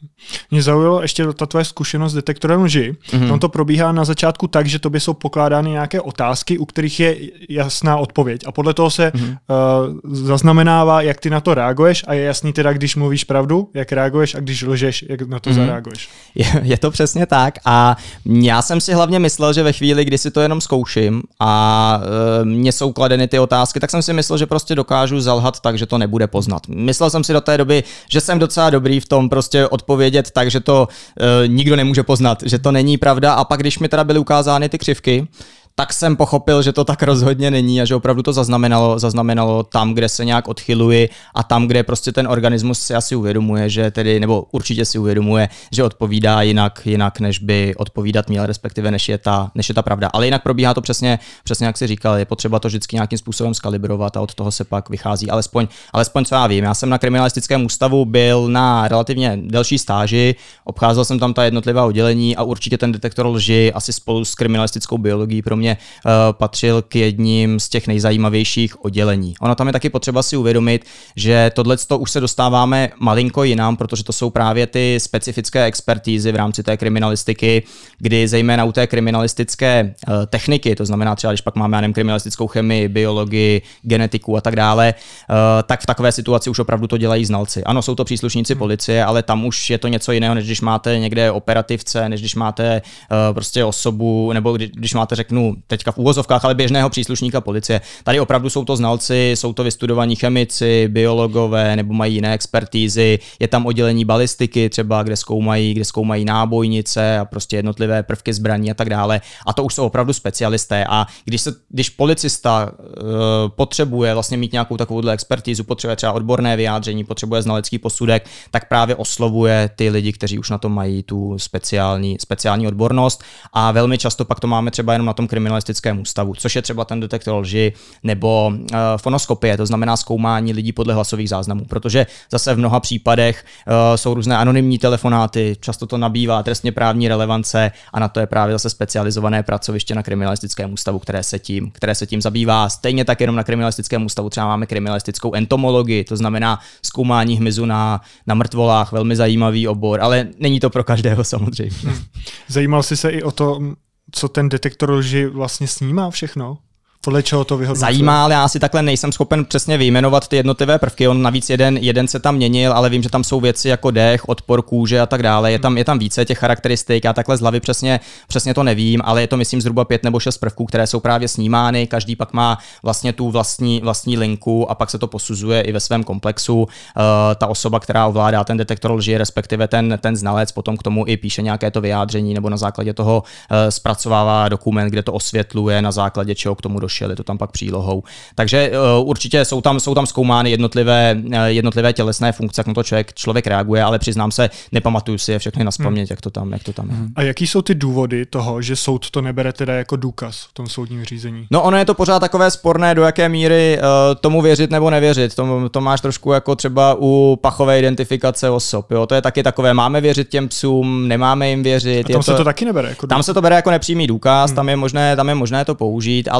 Mě zaujalo ještě ta tvoje zkušenost s detektorem lži. Mm-hmm. Tam to probíhá na začátku tak, že tobě jsou pokládány nějaké otázky, u kterých je jasná odpověď. A podle toho se mm-hmm. uh, zaznamenává, jak ty na to reaguješ a je jasný teda, když mluvíš pravdu, jak reaguješ a když lžeš, jak na to mm-hmm. zareaguješ. Je, je to přesně tak a já jsem si hlavně myslel, že ve chvíli, kdy si to jenom zkouším a uh, mně jsou kladeny ty otázky, tak jsem si myslel, že prostě dokážu zalhat tak, že to nebude poznat. Myslel jsem si do té doby, že jsem docela dobrý v tom prostě odpovědět vědět tak, že to uh, nikdo nemůže poznat, že to není pravda a pak, když mi teda byly ukázány ty křivky, tak jsem pochopil, že to tak rozhodně není a že opravdu to zaznamenalo, zaznamenalo tam, kde se nějak odchyluji a tam, kde prostě ten organismus si asi uvědomuje, že tedy, nebo určitě si uvědomuje, že odpovídá jinak, jinak než by odpovídat měl, respektive než je ta, než je ta pravda. Ale jinak probíhá to přesně, přesně jak jsi říkal, je potřeba to vždycky nějakým způsobem skalibrovat a od toho se pak vychází. Alespoň, alespoň co já vím. Já jsem na kriminalistickém ústavu byl na relativně delší stáži, obcházel jsem tam ta jednotlivá oddělení a určitě ten detektor lži asi spolu s kriminalistickou biologií pro mě uh, patřil k jedním z těch nejzajímavějších oddělení. Ono tam je taky potřeba si uvědomit, že tohleto už se dostáváme malinko jinam, protože to jsou právě ty specifické expertízy v rámci té kriminalistiky, kdy zejména u té kriminalistické uh, techniky, to znamená třeba, když pak máme, já nevím, kriminalistickou chemii, biologii, genetiku a tak dále, uh, tak v takové situaci už opravdu to dělají znalci. Ano, jsou to příslušníci policie, ale tam už je to něco jiného, než když máte někde operativce, než když máte uh, prostě osobu, nebo kdy, když máte, řeknu, teďka v úvozovkách, ale běžného příslušníka policie. Tady opravdu jsou to znalci, jsou to vystudovaní chemici, biologové nebo mají jiné expertízy. Je tam oddělení balistiky třeba, kde zkoumají, kde zkoumají nábojnice a prostě jednotlivé prvky zbraní a tak dále. A to už jsou opravdu specialisté. A když se, když policista uh, potřebuje vlastně mít nějakou takovouhle expertízu, potřebuje třeba odborné vyjádření, potřebuje znalecký posudek, tak právě oslovuje ty lidi, kteří už na to mají tu speciální, speciální odbornost. A velmi často pak to máme třeba jenom na tom kriminalistickém ústavu, což je třeba ten detektor lži nebo uh, fonoskopie, to znamená zkoumání lidí podle hlasových záznamů, protože zase v mnoha případech uh, jsou různé anonymní telefonáty, často to nabývá trestně právní relevance a na to je právě zase specializované pracoviště na kriminalistickém ústavu, které se tím, které se tím zabývá. Stejně tak jenom na kriminalistickém ústavu třeba máme kriminalistickou entomologii, to znamená zkoumání hmyzu na, na mrtvolách, velmi zajímavý obor, ale není to pro každého samozřejmě. Hmm. Zajímal jsi se i o to, co ten detektor lži vlastně snímá všechno? Podle čeho to vyhodnocuje? Zajímá, ale já si takhle nejsem schopen přesně vyjmenovat ty jednotlivé prvky. On navíc jeden, jeden se tam měnil, ale vím, že tam jsou věci jako dech, odpor kůže a tak dále. Je tam, je tam více těch charakteristik. Já takhle z hlavy přesně, přesně to nevím, ale je to myslím zhruba pět nebo šest prvků, které jsou právě snímány. Každý pak má vlastně tu vlastní, vlastní linku a pak se to posuzuje i ve svém komplexu. Uh, ta osoba, která ovládá ten detektor lži, respektive ten, ten znalec, potom k tomu i píše nějaké to vyjádření nebo na základě toho uh, zpracovává dokument, kde to osvětluje, na základě čeho k tomu došlo. Je to tam pak přílohou. Takže uh, určitě jsou tam, jsou tam zkoumány jednotlivé, uh, jednotlivé tělesné funkce, jak na to člověk, člověk reaguje, ale přiznám se, nepamatuju si je všechny nazpaměť, hmm. jak to tam, jak to tam je. A jaký jsou ty důvody toho, že soud to nebere teda jako důkaz v tom soudním řízení? No ono je to pořád takové sporné, do jaké míry uh, tomu věřit nebo nevěřit. To, to máš trošku jako třeba u pachové identifikace osob. Jo? To je taky takové, máme věřit těm psům, nemáme jim věřit. A tam je se to, to taky nebere jako důkaz? Tam se to bere jako nepřímý důkaz, hmm. tam, je možné, tam je možné to použít, ale je to vždycky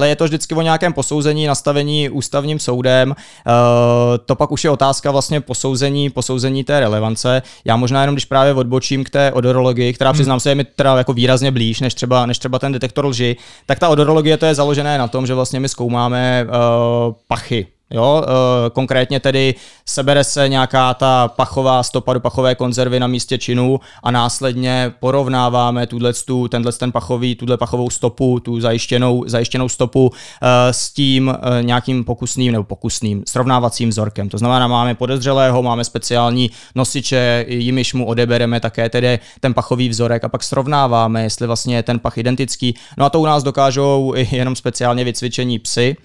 vždycky o nějakém posouzení, nastavení ústavním soudem. To pak už je otázka vlastně posouzení, posouzení té relevance. Já možná jenom, když právě odbočím k té odorologii, která přiznám se je mi teda jako výrazně blíž než třeba, než třeba ten detektor lži, tak ta odorologie to je založené na tom, že vlastně my zkoumáme uh, pachy. Jo, e, konkrétně tedy sebere se nějaká ta pachová stopa do pachové konzervy na místě činu a následně porovnáváme tuto, tenhle ten pachový, tuhle pachovou stopu, tu zajištěnou, zajištěnou stopu e, s tím e, nějakým pokusným nebo pokusným srovnávacím vzorkem. To znamená, máme podezřelého, máme speciální nosiče, jimiž mu odebereme také tedy ten pachový vzorek a pak srovnáváme, jestli vlastně je ten pach identický. No a to u nás dokážou jenom speciálně vycvičení psy.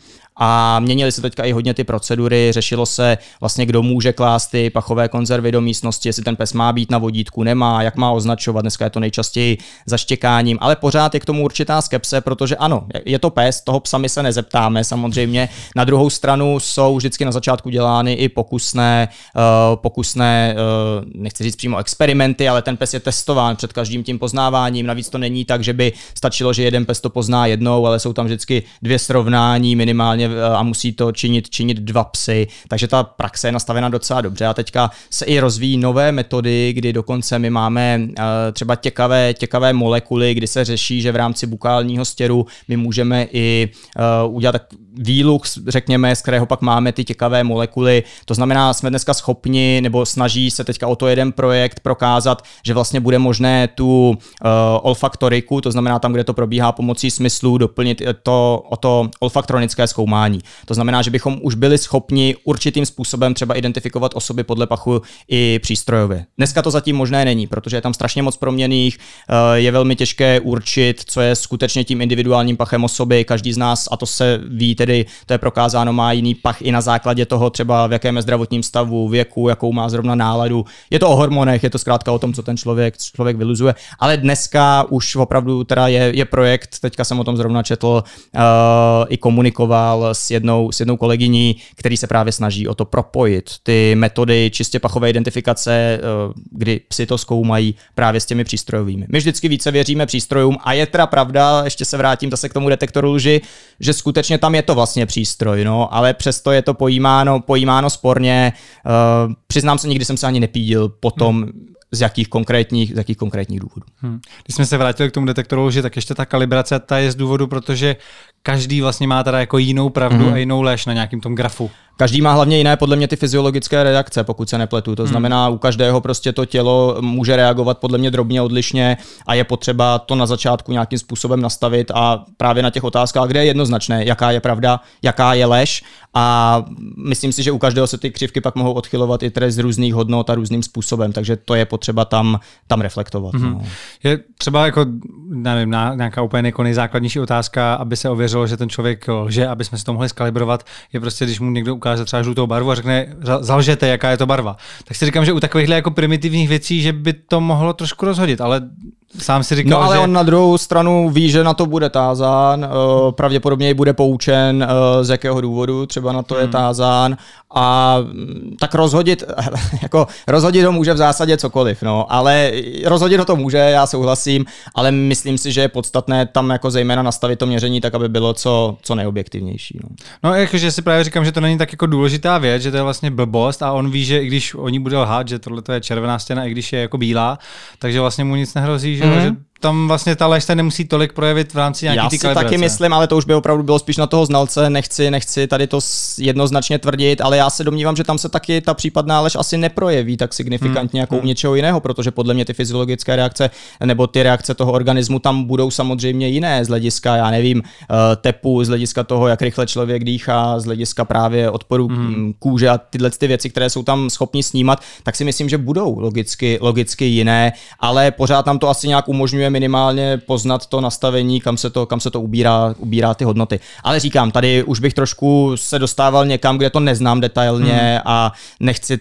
A měnily se teďka i hodně ty procedury, řešilo se vlastně, kdo může klást ty pachové konzervy do místnosti, jestli ten pes má být na vodítku, nemá, jak má označovat, dneska je to nejčastěji zaštěkáním, ale pořád je k tomu určitá skepse, protože ano, je to pes, toho psa my se nezeptáme samozřejmě. Na druhou stranu jsou vždycky na začátku dělány i pokusné, uh, pokusné, uh, nechci říct přímo experimenty, ale ten pes je testován před každým tím poznáváním, navíc to není tak, že by stačilo, že jeden pes to pozná jednou, ale jsou tam vždycky dvě srovnání minimálně a musí to činit, činit dva psy, takže ta praxe je nastavena docela dobře a teďka se i rozvíjí nové metody, kdy dokonce my máme uh, třeba těkavé, těkavé molekuly, kdy se řeší, že v rámci bukálního stěru my můžeme i uh, udělat tak výluch, řekněme, z kterého pak máme ty těkavé molekuly. To znamená, jsme dneska schopni, nebo snaží se teďka o to jeden projekt prokázat, že vlastně bude možné tu uh, olfaktoriku, to znamená tam, kde to probíhá pomocí smyslů, doplnit to, o to olfaktronické zkoumání. To znamená, že bychom už byli schopni určitým způsobem třeba identifikovat osoby podle pachu i přístrojově. Dneska to zatím možné není, protože je tam strašně moc proměnných, uh, je velmi těžké určit, co je skutečně tím individuálním pachem osoby. Každý z nás, a to se ví, tedy to je prokázáno, má jiný pach i na základě toho třeba v jakém je zdravotním stavu, věku, jakou má zrovna náladu. Je to o hormonech, je to zkrátka o tom, co ten člověk, člověk vyluzuje, ale dneska už opravdu teda je, je projekt, teďka jsem o tom zrovna četl, uh, i komunikoval s jednou, s jednou kolegyní, který se právě snaží o to propojit ty metody čistě pachové identifikace, uh, kdy psi to zkoumají právě s těmi přístrojovými. My vždycky více věříme přístrojům a je teda pravda, ještě se vrátím zase k tomu detektoru lži, že skutečně tam je to vlastně přístroj, no, ale přesto je to pojímáno, pojímáno sporně. Uh, přiznám se, nikdy jsem se ani nepídil potom, hmm. z jakých konkrétních, z jakých konkrétních důvodů. Hmm. Když jsme se vrátili k tomu detektoru lži, tak ještě ta kalibrace ta je z důvodu, protože každý vlastně má teda jako jinou pravdu hmm. a jinou lež na nějakým tom grafu. Každý má hlavně jiné podle mě ty fyziologické reakce, pokud se nepletu. To znamená, hmm. u každého prostě to tělo může reagovat podle mě drobně odlišně a je potřeba to na začátku nějakým způsobem nastavit a právě na těch otázkách, kde je jednoznačné, jaká je pravda, jaká je lež, a myslím si, že u každého se ty křivky pak mohou odchylovat i z různých hodnot a různým způsobem, takže to je potřeba tam, tam reflektovat. Hmm. No. Je třeba jako, nevím, nějaká úplně jako nejzákladnější otázka, aby se ověřilo, že ten člověk lže, aby jsme si to mohli skalibrovat, je prostě, když mu někdo ukáže třeba žlutou barvu a řekne, zalžete, jaká je to barva. Tak si říkám, že u takovýchhle jako primitivních věcí, že by to mohlo trošku rozhodit, ale sám si říkal, no ale že... on na druhou stranu ví, že na to bude tázán, pravděpodobně bude poučen, z jakého důvodu třeba na to hmm. je tázán, a tak rozhodit, jako rozhodit ho může v zásadě cokoliv, no, ale rozhodit ho to může, já souhlasím, ale myslím si, že je podstatné tam jako zejména nastavit to měření tak, aby bylo co, co nejobjektivnější. No, no jakože si právě říkám, že to není tak jako důležitá věc, že to je vlastně blbost a on ví, že i když oni bude lhát, že tohle je červená stěna, i když je jako bílá, takže vlastně mu nic nehrozí, že, mm-hmm. že tam vlastně ta lež se nemusí tolik projevit v rámci nějaký ty kalibrace. Já si taky myslím, ale to už by opravdu bylo spíš na toho znalce, nechci, nechci tady to jednoznačně tvrdit, ale já se domnívám, že tam se taky ta případná lež asi neprojeví tak signifikantně hmm. jako u něčeho jiného, protože podle mě ty fyziologické reakce nebo ty reakce toho organismu tam budou samozřejmě jiné z hlediska, já nevím, tepu, z hlediska toho, jak rychle člověk dýchá, z hlediska právě odporu hmm. kůže a tyhle ty věci, které jsou tam schopni snímat, tak si myslím, že budou logicky, logicky jiné, ale pořád nám to asi nějak umožňuje minimálně poznat to nastavení, kam se to, kam se to ubírá, ubírá ty hodnoty. Ale říkám, tady už bych trošku se dostával někam, kde to neznám detailně hmm. a nechci tady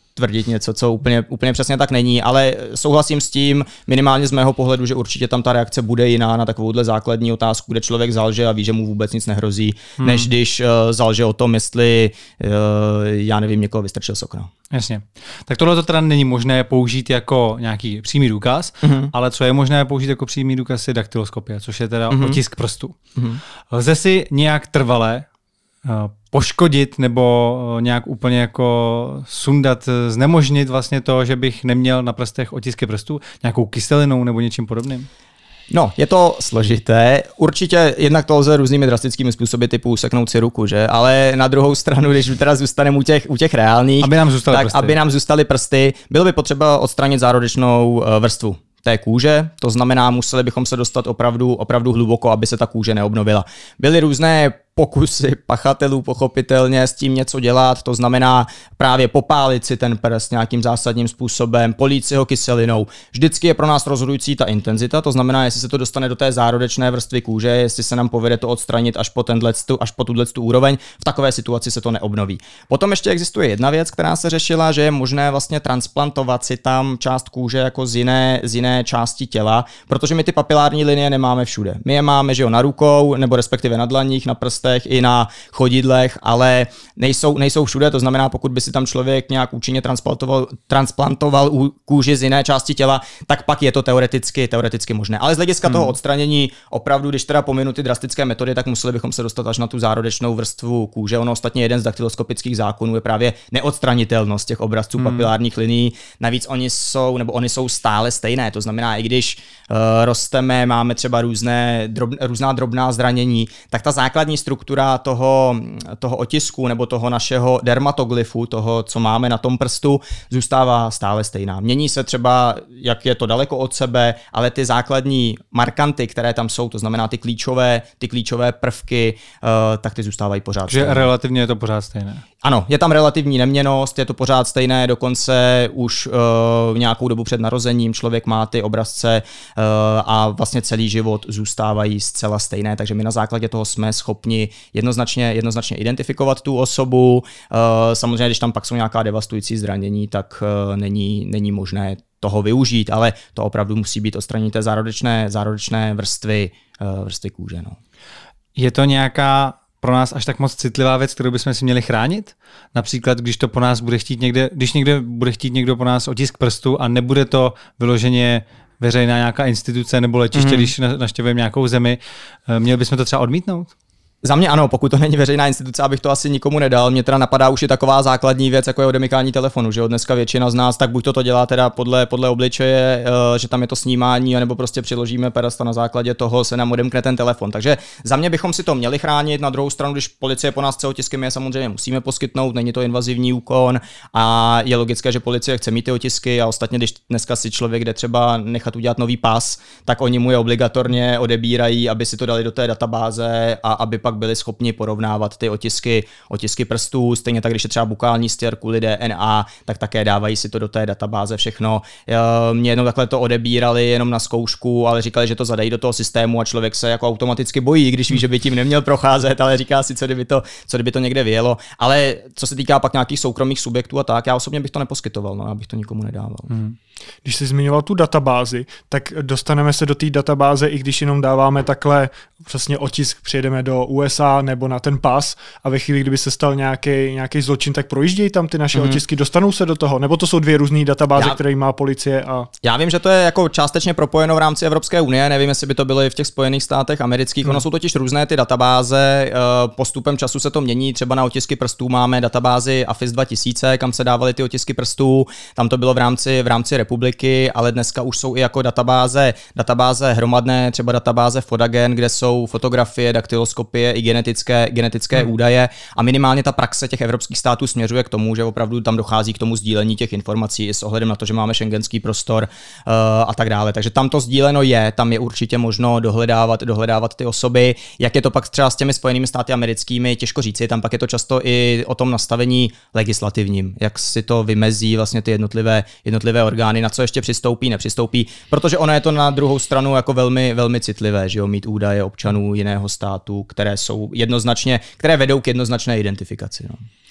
tvrdit něco, co úplně, úplně přesně tak není, ale souhlasím s tím minimálně z mého pohledu, že určitě tam ta reakce bude jiná na takovouhle základní otázku, kde člověk zalže a ví, že mu vůbec nic nehrozí, hmm. než když uh, zalže o tom, jestli uh, já nevím, někoho vystrčil z okna. Jasně. Tak tohle to teda není možné použít jako nějaký přímý důkaz, mm-hmm. ale co je možné použít jako přímý důkaz je daktyloskopie, což je teda mm-hmm. otisk prstu. Mm-hmm. Lze si nějak trvale uh, poškodit nebo uh, nějak úplně jako sundat, znemožnit vlastně to, že bych neměl na prstech otisky prstů, nějakou kyselinou nebo něčím podobným? No, je to složité. Určitě jednak to lze různými drastickými způsoby typu seknout si ruku, že? Ale na druhou stranu, když teda zůstaneme u těch, u těch reálných, aby nám zůstaly tak prsty. aby nám zůstaly prsty, bylo by potřeba odstranit zárodečnou vrstvu té kůže, to znamená, museli bychom se dostat opravdu, opravdu hluboko, aby se ta kůže neobnovila. Byly různé pokusy pachatelů pochopitelně s tím něco dělat, to znamená právě popálit si ten prst nějakým zásadním způsobem, polít si ho kyselinou. Vždycky je pro nás rozhodující ta intenzita, to znamená, jestli se to dostane do té zárodečné vrstvy kůže, jestli se nám povede to odstranit až po tenhletu, až po tuto úroveň, v takové situaci se to neobnoví. Potom ještě existuje jedna věc, která se řešila, že je možné vlastně transplantovat si tam část kůže jako z jiné, z jiné části těla, protože my ty papilární linie nemáme všude. My je máme, že jo, na rukou, nebo respektive na dlaních, na prstech, i na chodidlech, ale nejsou, nejsou všude, to znamená, pokud by si tam člověk nějak účinně transplantoval, transplantoval kůži z jiné části těla, tak pak je to teoreticky, teoreticky možné. Ale z hlediska hmm. toho odstranění, opravdu, když teda pominu ty drastické metody, tak museli bychom se dostat až na tu zárodečnou vrstvu kůže. Ono ostatně jeden z daktyloskopických zákonů je právě neodstranitelnost těch obrazců hmm. papilárních linií. Navíc oni jsou, nebo oni jsou stále stejné, to znamená, i když uh, rosteme, máme třeba různé, drob, různá drobná zranění, tak ta základní struktura toho, toho otisku nebo toho našeho dermatoglyfu, toho, co máme na tom prstu, zůstává stále stejná. Mění se třeba, jak je to daleko od sebe, ale ty základní markanty, které tam jsou, to znamená ty klíčové, ty klíčové prvky, uh, tak ty zůstávají pořád že stejné. Relativně je to pořád stejné. Ano, je tam relativní neměnnost, je to pořád stejné, dokonce už uh, nějakou dobu před narozením člověk má ty obrazce uh, a vlastně celý život zůstávají zcela stejné, takže my na základě toho jsme schopni jednoznačně, jednoznačně identifikovat tu osobu. Uh, samozřejmě, když tam pak jsou nějaká devastující zranění, tak uh, není, není možné toho využít, ale to opravdu musí být odstranění té zárodečné, zárodečné vrstvy, uh, vrstvy kůže. No. Je to nějaká pro nás až tak moc citlivá věc, kterou bychom si měli chránit? Například, když to po nás bude chtít někde, když někde bude chtít někdo po nás otisk prstu a nebude to vyloženě veřejná nějaká instituce nebo letiště, mm-hmm. když navštěvujeme nějakou zemi, měli bychom to třeba odmítnout? Za mě ano, pokud to není veřejná instituce, abych to asi nikomu nedal. Mně teda napadá už i taková základní věc, jako je odemykání telefonu, že jo, dneska většina z nás tak buď to, to dělá teda podle, podle obličeje, že tam je to snímání, anebo prostě přiložíme perst a na základě toho se nám odemkne ten telefon. Takže za mě bychom si to měli chránit. Na druhou stranu, když policie po nás chce otisky, my je samozřejmě musíme poskytnout, není to invazivní úkon a je logické, že policie chce mít ty otisky a ostatně, když dneska si člověk jde třeba nechat udělat nový pas, tak oni mu je obligatorně odebírají, aby si to dali do té databáze a aby pak byli schopni porovnávat ty otisky, otisky prstů, stejně tak, když je třeba bukální stěr kvůli D N A, tak také dávají si to do té databáze všechno. Mě jednou takhle to odebírali jenom na zkoušku, ale říkali, že to zadají do toho systému a člověk se jako automaticky bojí, když ví, že by tím neměl procházet, ale říká si, co kdyby to, co kdyby to někde vyjelo. Ale co se týká pak nějakých soukromých subjektů a tak, já osobně bych to neposkytoval, no, já bych to nikomu nedával. Hmm. Když jsi zmiňoval tu databázi, tak dostaneme se do té databáze, i když jenom dáváme takhle přesně otisk, přijedeme do U S A nebo na ten pas a ve chvíli, kdyby se stal nějaký, nějaký zločin, tak projíždějí tam ty naše mm-hmm. otisky, dostanou se do toho, nebo to jsou dvě různé databáze, já, které má policie a... Já vím, že to je jako částečně propojeno v rámci Evropské unie, nevím, jestli by to bylo i v těch Spojených státech amerických, mm. ono jsou totiž různé ty databáze, postupem času se to mění, třeba na otisky prstů máme databázi A F I S dva tisíce, kam se dávaly ty otisky prstů, tam to bylo v rámci, v rámci republiky, ale dneska už jsou i jako databáze, databáze hromadné, třeba databáze Fodagen, kde jsou fotografie, daktyloskopie i genetické, genetické hmm. údaje a minimálně ta praxe těch evropských států směřuje k tomu, že opravdu tam dochází k tomu sdílení těch informací i s ohledem na to, že máme schengenský prostor uh, a tak dále. Takže tam to sdíleno je, tam je určitě možno dohledávat, dohledávat ty osoby. Jak je to pak třeba s těmi Spojenými státy americkými, těžko říci, tam pak je to často i o tom nastavení legislativním, jak si to vymezí vlastně ty jednotlivé, jednotlivé orgány, na co ještě přistoupí, nepřistoupí, protože ono je to na druhou stranu jako velmi, velmi citlivé, že jo, mít údaje občanů jiného státu, které jsou jednoznačně, které vedou k jednoznačné identifikaci. No.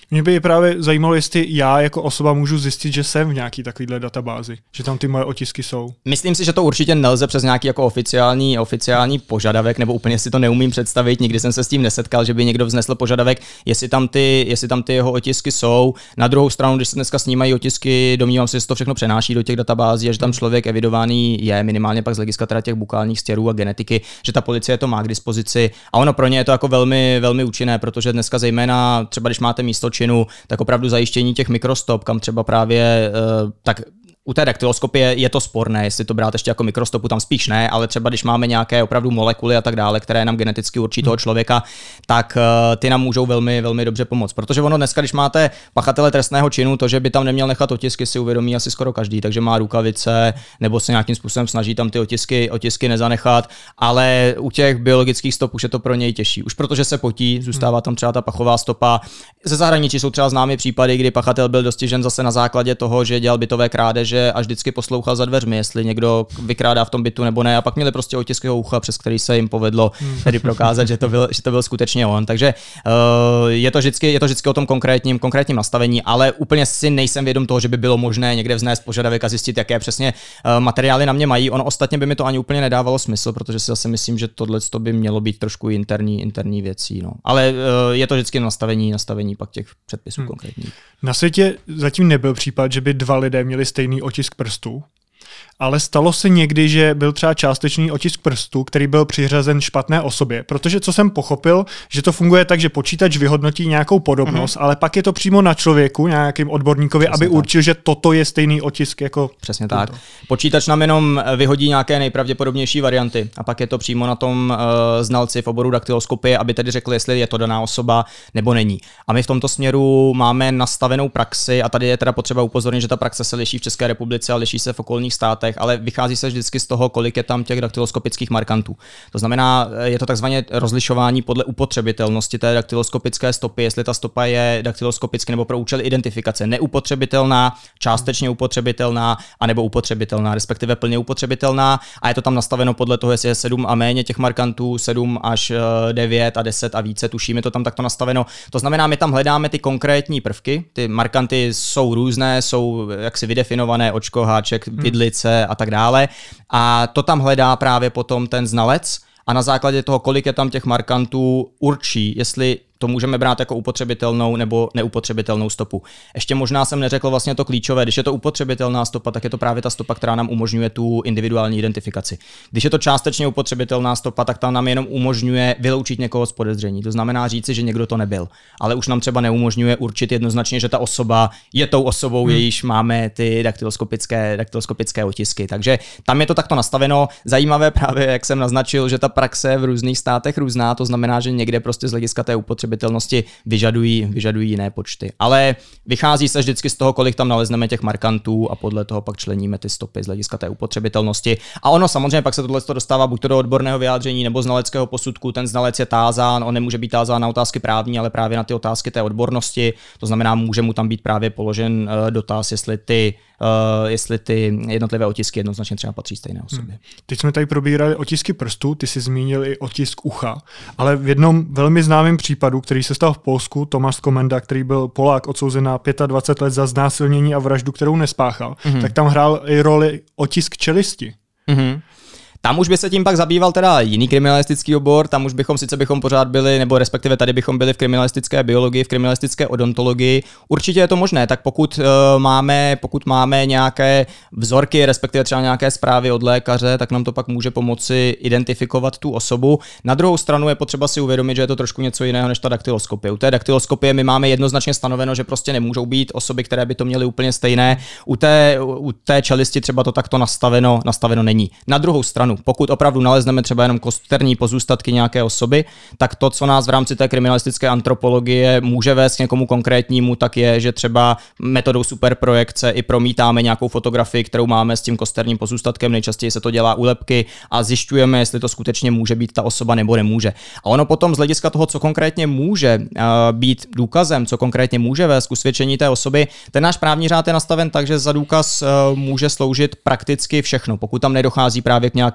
Mě by právě zajímalo, jestli já jako osoba můžu zjistit, že jsem v nějaký takovýhle databázi, že tam ty moje otisky jsou. Myslím si, že to určitě nelze přes nějaký jako oficiální, oficiální požadavek, nebo úplně si to neumím představit, nikdy jsem se s tím nesetkal, že by někdo vznesl požadavek, jestli tam ty, jestli tam ty jeho otisky jsou. Na druhou stranu, když se dneska snímají otisky, domnívám se, že se to všechno přenáší do těch databází a že tam člověk evidovaný je, minimálně pak z hlediska teda těch bukálních stěrů a genetiky, že ta policie to má k dispozici a ono pro ně je to jako velmi, velmi účinné, protože dneska zejména třeba když máte místo činu, tak opravdu zajištění těch mikrostop, kam třeba právě uh, tak u té daktyloskopie je to sporné, jestli to brát ještě jako mikrostopu, tam spíš ne, ale třeba když máme nějaké opravdu molekuly a tak dále, které nám geneticky určí toho člověka, tak uh, ty nám můžou velmi, velmi dobře pomoct. Protože ono dneska, když máte pachatele trestného činu, to, že by tam neměl nechat otisky, si uvědomí asi skoro každý, takže má rukavice nebo se nějakým způsobem snaží tam ty otisky, otisky nezanechat, ale u těch biologických stop už je to pro něj těžší. Už protože se potí, zůstává tam třeba ta pachová stopa. Ze zahraničí jsou třeba známé případy, kdy pachatel byl dostižen zase na základě toho, že dělal bytové krádeže a vždycky poslouchal za dveřmi, jestli někdo vykrádá v tom bytu nebo ne, a pak měli prostě otisky jeho ucha, přes který se jim povedlo tedy prokázat, že to byl, že to byl skutečně on. Takže uh, je to vždycky, je to vždycky o tom konkrétním, konkrétním nastavení, ale úplně si nejsem vědom toho, že by bylo možné někde vznést požadavek a zjistit, jaké přesně uh, materiály na mě mají. Ono ostatně by mi to ani úplně nedávalo smysl, protože si zase myslím, že tohle by mělo být trošku interní, interní věcí. No. Ale uh, je to vždycky nastavení, nastavení pak těch předpisů hmm. konkrétních. Na světě zatím nebyl případ, že by dva lidé měli stejný otisk prstů, ale stalo se někdy, že byl třeba částečný otisk prstu, který byl přiřazen špatné osobě, protože co jsem pochopil, že to funguje tak, že počítač vyhodnotí nějakou podobnost, mm-hmm. ale pak je to přímo na člověku, nějakým odborníkovi, přesně aby tak. určil, že toto je stejný otisk jako přesně tento. Tak. Počítač nám jenom vyhodí nějaké nejpravděpodobnější varianty a pak je to přímo na tom uh, znalci v oboru daktyloskopie, aby tedy řekli, jestli je to daná osoba nebo není. A my v tomto směru máme nastavenou praxi a tady je teda potřeba upozornit, že ta praxe se liší v České republice a liší se v okolních státech, ale vychází se vždycky z toho, kolik je tam těch daktyloskopických markantů. To znamená, je to takzvané rozlišování podle upotřebitelnosti té daktyloskopické stopy, jestli ta stopa je daktyloskopicky nebo pro účely identifikace neupotřebitelná, částečně upotřebitelná, anebo upotřebitelná, respektive plně upotřebitelná, a je to tam nastaveno podle toho, jestli je sedm a méně těch markantů, sedm až devět a deset a více, tuším, je to tam takto nastaveno. To znamená, my tam hledáme ty konkrétní prvky, ty markanty jsou různé, jsou jaksi vydefinované, očko, háček, vidlice a tak dále. A to tam hledá právě potom ten znalec a na základě toho, kolik je tam těch markantů, určí, jestli to můžeme brát jako upotřebitelnou nebo neupotřebitelnou stopu. Ještě možná jsem neřekl vlastně to klíčové, když je to upotřebitelná stopa, tak je to právě ta stopa, která nám umožňuje tu individuální identifikaci. Když je to částečně upotřebitelná stopa, tak tam nám jenom umožňuje vyloučit někoho z podezření. To znamená říci, že někdo to nebyl. Ale už nám třeba neumožňuje určit jednoznačně, že ta osoba je tou osobou, hmm. jejíž máme ty daktyloskopické, daktyloskopické otisky. Takže tam je to takto nastaveno. Zajímavé právě, jak jsem naznačil, že ta praxe v různých státech různá, to znamená, že někde prostě z hlediska té upotřebitelnosti vyžadují, vyžadují jiné počty. Ale vychází se vždycky z toho, kolik tam nalezneme těch markantů a podle toho pak členíme ty stopy z hlediska té upotřebitelnosti. A ono samozřejmě pak se tohle dostává buď to do odborného vyjádření nebo znaleckého posudku. Ten znalec je tázán, on nemůže být tázán na otázky právní, ale právě na ty otázky té odbornosti. To znamená, může mu tam být právě položen uh, dotaz, jestli ty Uh, jestli ty jednotlivé otisky jednoznačně třeba patří stejné osobě. Hmm. Teď jsme tady probírali otisky prstů, ty jsi zmínil i otisk ucha, ale v jednom velmi známém případu, který se stal v Polsku, Tomáš Komenda, který byl Polák odsouzen na dvacet pět let za znásilnění a vraždu, kterou nespáchal, hmm. tak tam hrál i roli otisk čelisti. Hmm. Tam už by se tím pak zabýval teda jiný kriminalistický obor, tam už bychom sice bychom pořád byli, nebo respektive tady bychom byli v kriminalistické biologii, v kriminalistické odontologii. Určitě je to možné, tak pokud uh, máme, pokud máme nějaké vzorky, respektive třeba nějaké zprávy od lékaře, tak nám to pak může pomoci identifikovat tu osobu. Na druhou stranu je potřeba si uvědomit, že je to trošku něco jiného než ta daktyloskopie. U té daktyloskopie my máme jednoznačně stanoveno, že prostě nemůžou být osoby, které by to měly úplně stejné. U té, u té čelisti třeba to takto nastaveno, nastaveno není. Na druhou stranu, pokud opravdu nalezneme třeba jenom kosterní pozůstatky nějaké osoby, tak to, co nás v rámci té kriminalistické antropologie může vést k někomu konkrétnímu, tak je, že třeba metodou superprojekce i promítáme nějakou fotografii, kterou máme s tím kosterním pozůstatkem, nejčastěji se to dělá u lebky a zjišťujeme, jestli to skutečně může být ta osoba nebo nemůže. A ono potom z hlediska toho, co konkrétně může uh, být důkazem, co konkrétně může vést k usvědčení té osoby, ten náš právní řád je nastaven tak, že za důkaz uh, může sloužit prakticky všechno, pokud tam nedochází právě k nějaké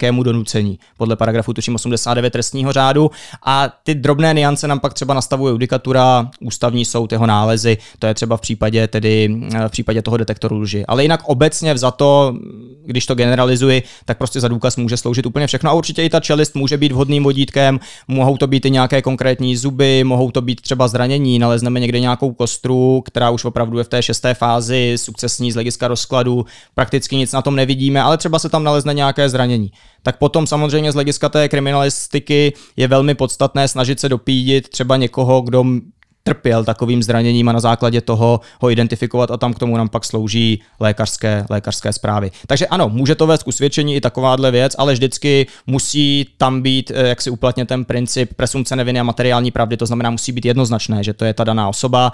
nějakému donucení podle paragrafu tuším osmdesát devět trestního řádu a ty drobné niance nám pak třeba nastavuje judikatura, ústavní soud, jeho nálezy, to je třeba v případě tedy v případě toho detektoru lži. Ale jinak obecně vzato, když to generalizuji, tak prostě za důkaz může sloužit úplně všechno a určitě i ta čelist může být vhodným vodítkem, mohou to být i nějaké konkrétní zuby, mohou to být třeba zranění, nalezneme někde nějakou kostru, která už opravdu je v té šesté fázi, sukcesní z hlediska rozkladu, prakticky nic na tom nevidíme, ale třeba se tam nalezne nějaké zranění. Tak potom samozřejmě z hlediska té kriminalistiky je velmi podstatné snažit se dopídit třeba někoho, kdo trpěl takovým zraněním a na základě toho ho identifikovat a tam k tomu nám pak slouží lékařské, lékařské zprávy. Takže ano, může to vést k usvědčení i takováhle věc, ale vždycky musí tam být, jak si uplatně ten princip presumce neviny a materiální pravdy, to znamená musí být jednoznačné, že to je ta daná osoba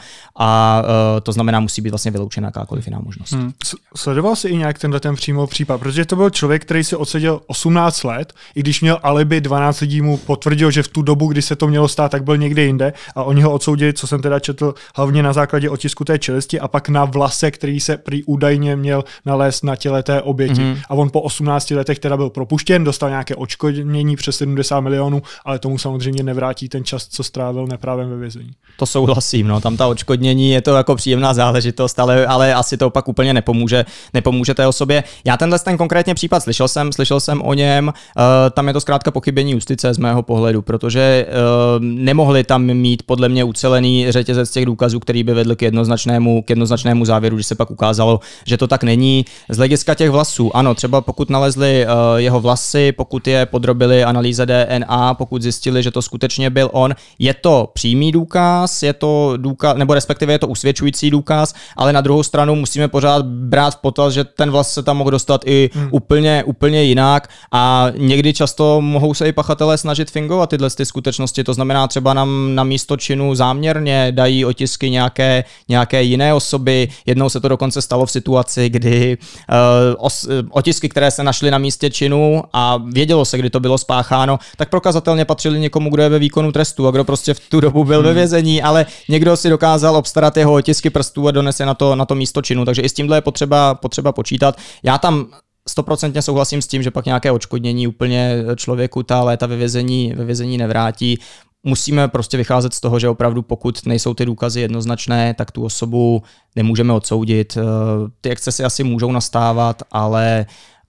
a uh, to znamená musí být vlastně vyloučena jakákoliv jiná možnost. Hmm. Sledoval jsi i nějak tenhle ten přímo případ, protože to byl člověk, který si odseděl osmnáct let, i když měl alibi, dvanáct lidí mu potvrdil, že v tu dobu, kdy se to mělo stát, tak byl někde jinde a oni ho odsoudili, co jsem teda četl, hlavně na základě otisku té čelisti a pak na vlase, který se prý údajně měl nalézt na těle té oběti. Mm-hmm. A on po osmnácti letech teda byl propuštěn, dostal nějaké odškodnění přes sedmdesát milionů, ale tomu samozřejmě nevrátí ten čas, co strávil neprávem ve vězení. To souhlasím, no, tam ta odškodnění je to jako příjemná záležitost, ale, ale asi to pak úplně nepomůže, nepomůže té osobě. Já tenhle ten konkrétně případ slyšel jsem, slyšel jsem o něm, uh, tam je to zkrátka pochybení justice z mého pohledu, protože uh, nemohli tam mít podle mě ucelený řetězec těch důkazů, který by vedl k jednoznačnému, k jednoznačnému závěru, když se pak ukázalo, že to tak není. Z hlediska těch vlasů, ano, třeba pokud nalezli uh, jeho vlasy, pokud je podrobili analýze D N A, pokud zjistili, že to skutečně byl on, je to přímý důkaz, je to důkaz, nebo respektive je to usvědčující důkaz, ale na druhou stranu musíme pořád brát v potaz, že ten vlas se tam mohl dostat i hmm. úplně, úplně jinak a někdy často mohou se i pachatelé snažit fingovat tyhle ty skutečnosti, to znamená třeba nám na místo činu záměrně dají otisky nějaké, nějaké jiné osoby. Jednou se to dokonce stalo v situaci, kdy uh, os, otisky, které se našly na místě činu a vědělo se, kdy to bylo spácháno, tak prokazatelně patřili někomu, kdo je ve výkonu trestu a kdo prostě v tu dobu byl hmm. ve vězení, ale někdo si dokázal obstarat jeho otisky prstů a donese na to, na to místo činu. Takže i s tímhle je potřeba, potřeba počítat. Já tam stoprocentně souhlasím s tím, že pak nějaké odškodnění úplně člověku ta léta ve vězení, ve vězení nevrátí. Musíme prostě vycházet z toho, že opravdu pokud nejsou ty důkazy jednoznačné, tak tu osobu nemůžeme odsoudit. Ty excesy asi můžou nastávat, ale,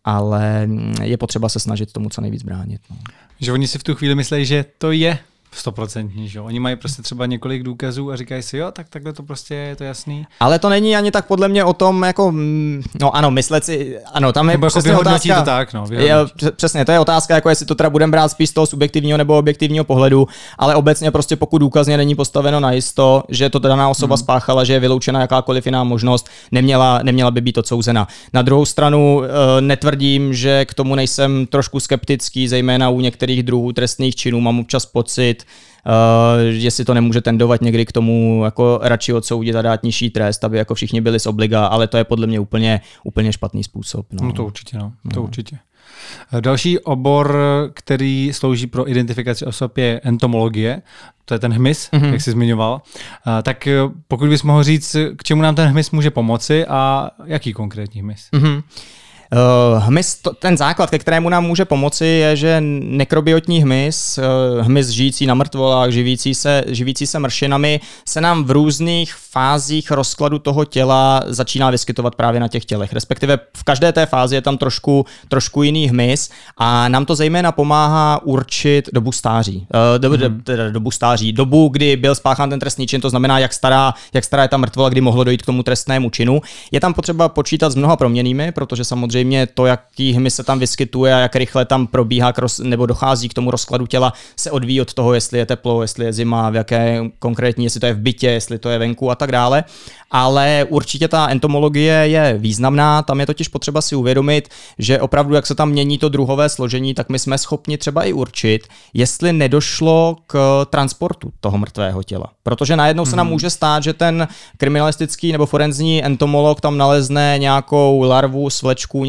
ale je potřeba se snažit tomu co nejvíc bránit. No. Že oni si v tu chvíli myslí, že to je stoprocentní, že jo? Oni mají prostě třeba několik důkazů a říkají si, jo, tak takhle to prostě je, to jasný. Ale to není ani tak podle mě o tom, jako, no ano, myslet si, ano, tam je nebo přesně jako otázka. To tak, no, je, přesně, to je otázka, jako jestli to teda budeme brát spíš z toho subjektivního nebo objektivního pohledu, ale obecně prostě pokud důkazně není postaveno najisto, že to daná osoba hmm. spáchala, že je vyloučena jakákoliv jiná možnost, neměla, neměla by být odsouzena. Na druhou stranu netvrdím, že k tomu nejsem trošku skeptický, zejména u některých druhů trestných činů, mám občas pocit, Uh, jestli to nemůže tendovat někdy k tomu jako radši odsoudit a dát nižší trest, aby jako všichni byli z obliga, ale to je podle mě úplně, úplně špatný způsob. No, no to určitě, no. To no. určitě. Další obor, který slouží pro identifikaci osob, je entomologie. To je ten hmyz, mm-hmm. jak jsi zmiňoval. Uh, tak pokud bys mohl říct, k čemu nám ten hmyz může pomoci a jaký konkrétní hmyz? Mm-hmm. Uh, hmyz, to, ten základ, ke kterému nám může pomoci, je, že nekrobiotní hmyz, uh, hmyz žijící na mrtvolách, živící se, živící se mršinami, se nám v různých fázích rozkladu toho těla začíná vyskytovat právě na těch tělech. Respektive v každé té fázi je tam trošku, trošku jiný hmyz a nám to zejména pomáhá určit dobu stáří. Uh, dobu, mm-hmm. teda dobu stáří. Dobu, kdy byl spáchán ten trestný čin, to znamená, jak stará, jak stará je ta mrtvola, kdy mohlo dojít k tomu trestnému činu. Je tam potřeba počítat s mnoha proměnnými, protože samozřejmě to, jaký hmyz se tam vyskytuje a jak rychle tam probíhá roz, nebo dochází k tomu rozkladu těla, se odvíjí od toho, jestli je teplo, jestli je zima, v jaké konkrétní, jestli to je v bytě, jestli to je venku a tak dále. Ale určitě ta entomologie je významná, tam je totiž potřeba si uvědomit, že opravdu, jak se tam mění to druhové složení, tak my jsme schopni třeba i určit, jestli nedošlo k transportu toho mrtvého těla. Protože najednou se nám může stát, že ten kriminalistický nebo forenzní entomolog tam nalezne nějakou larvu, svlečku,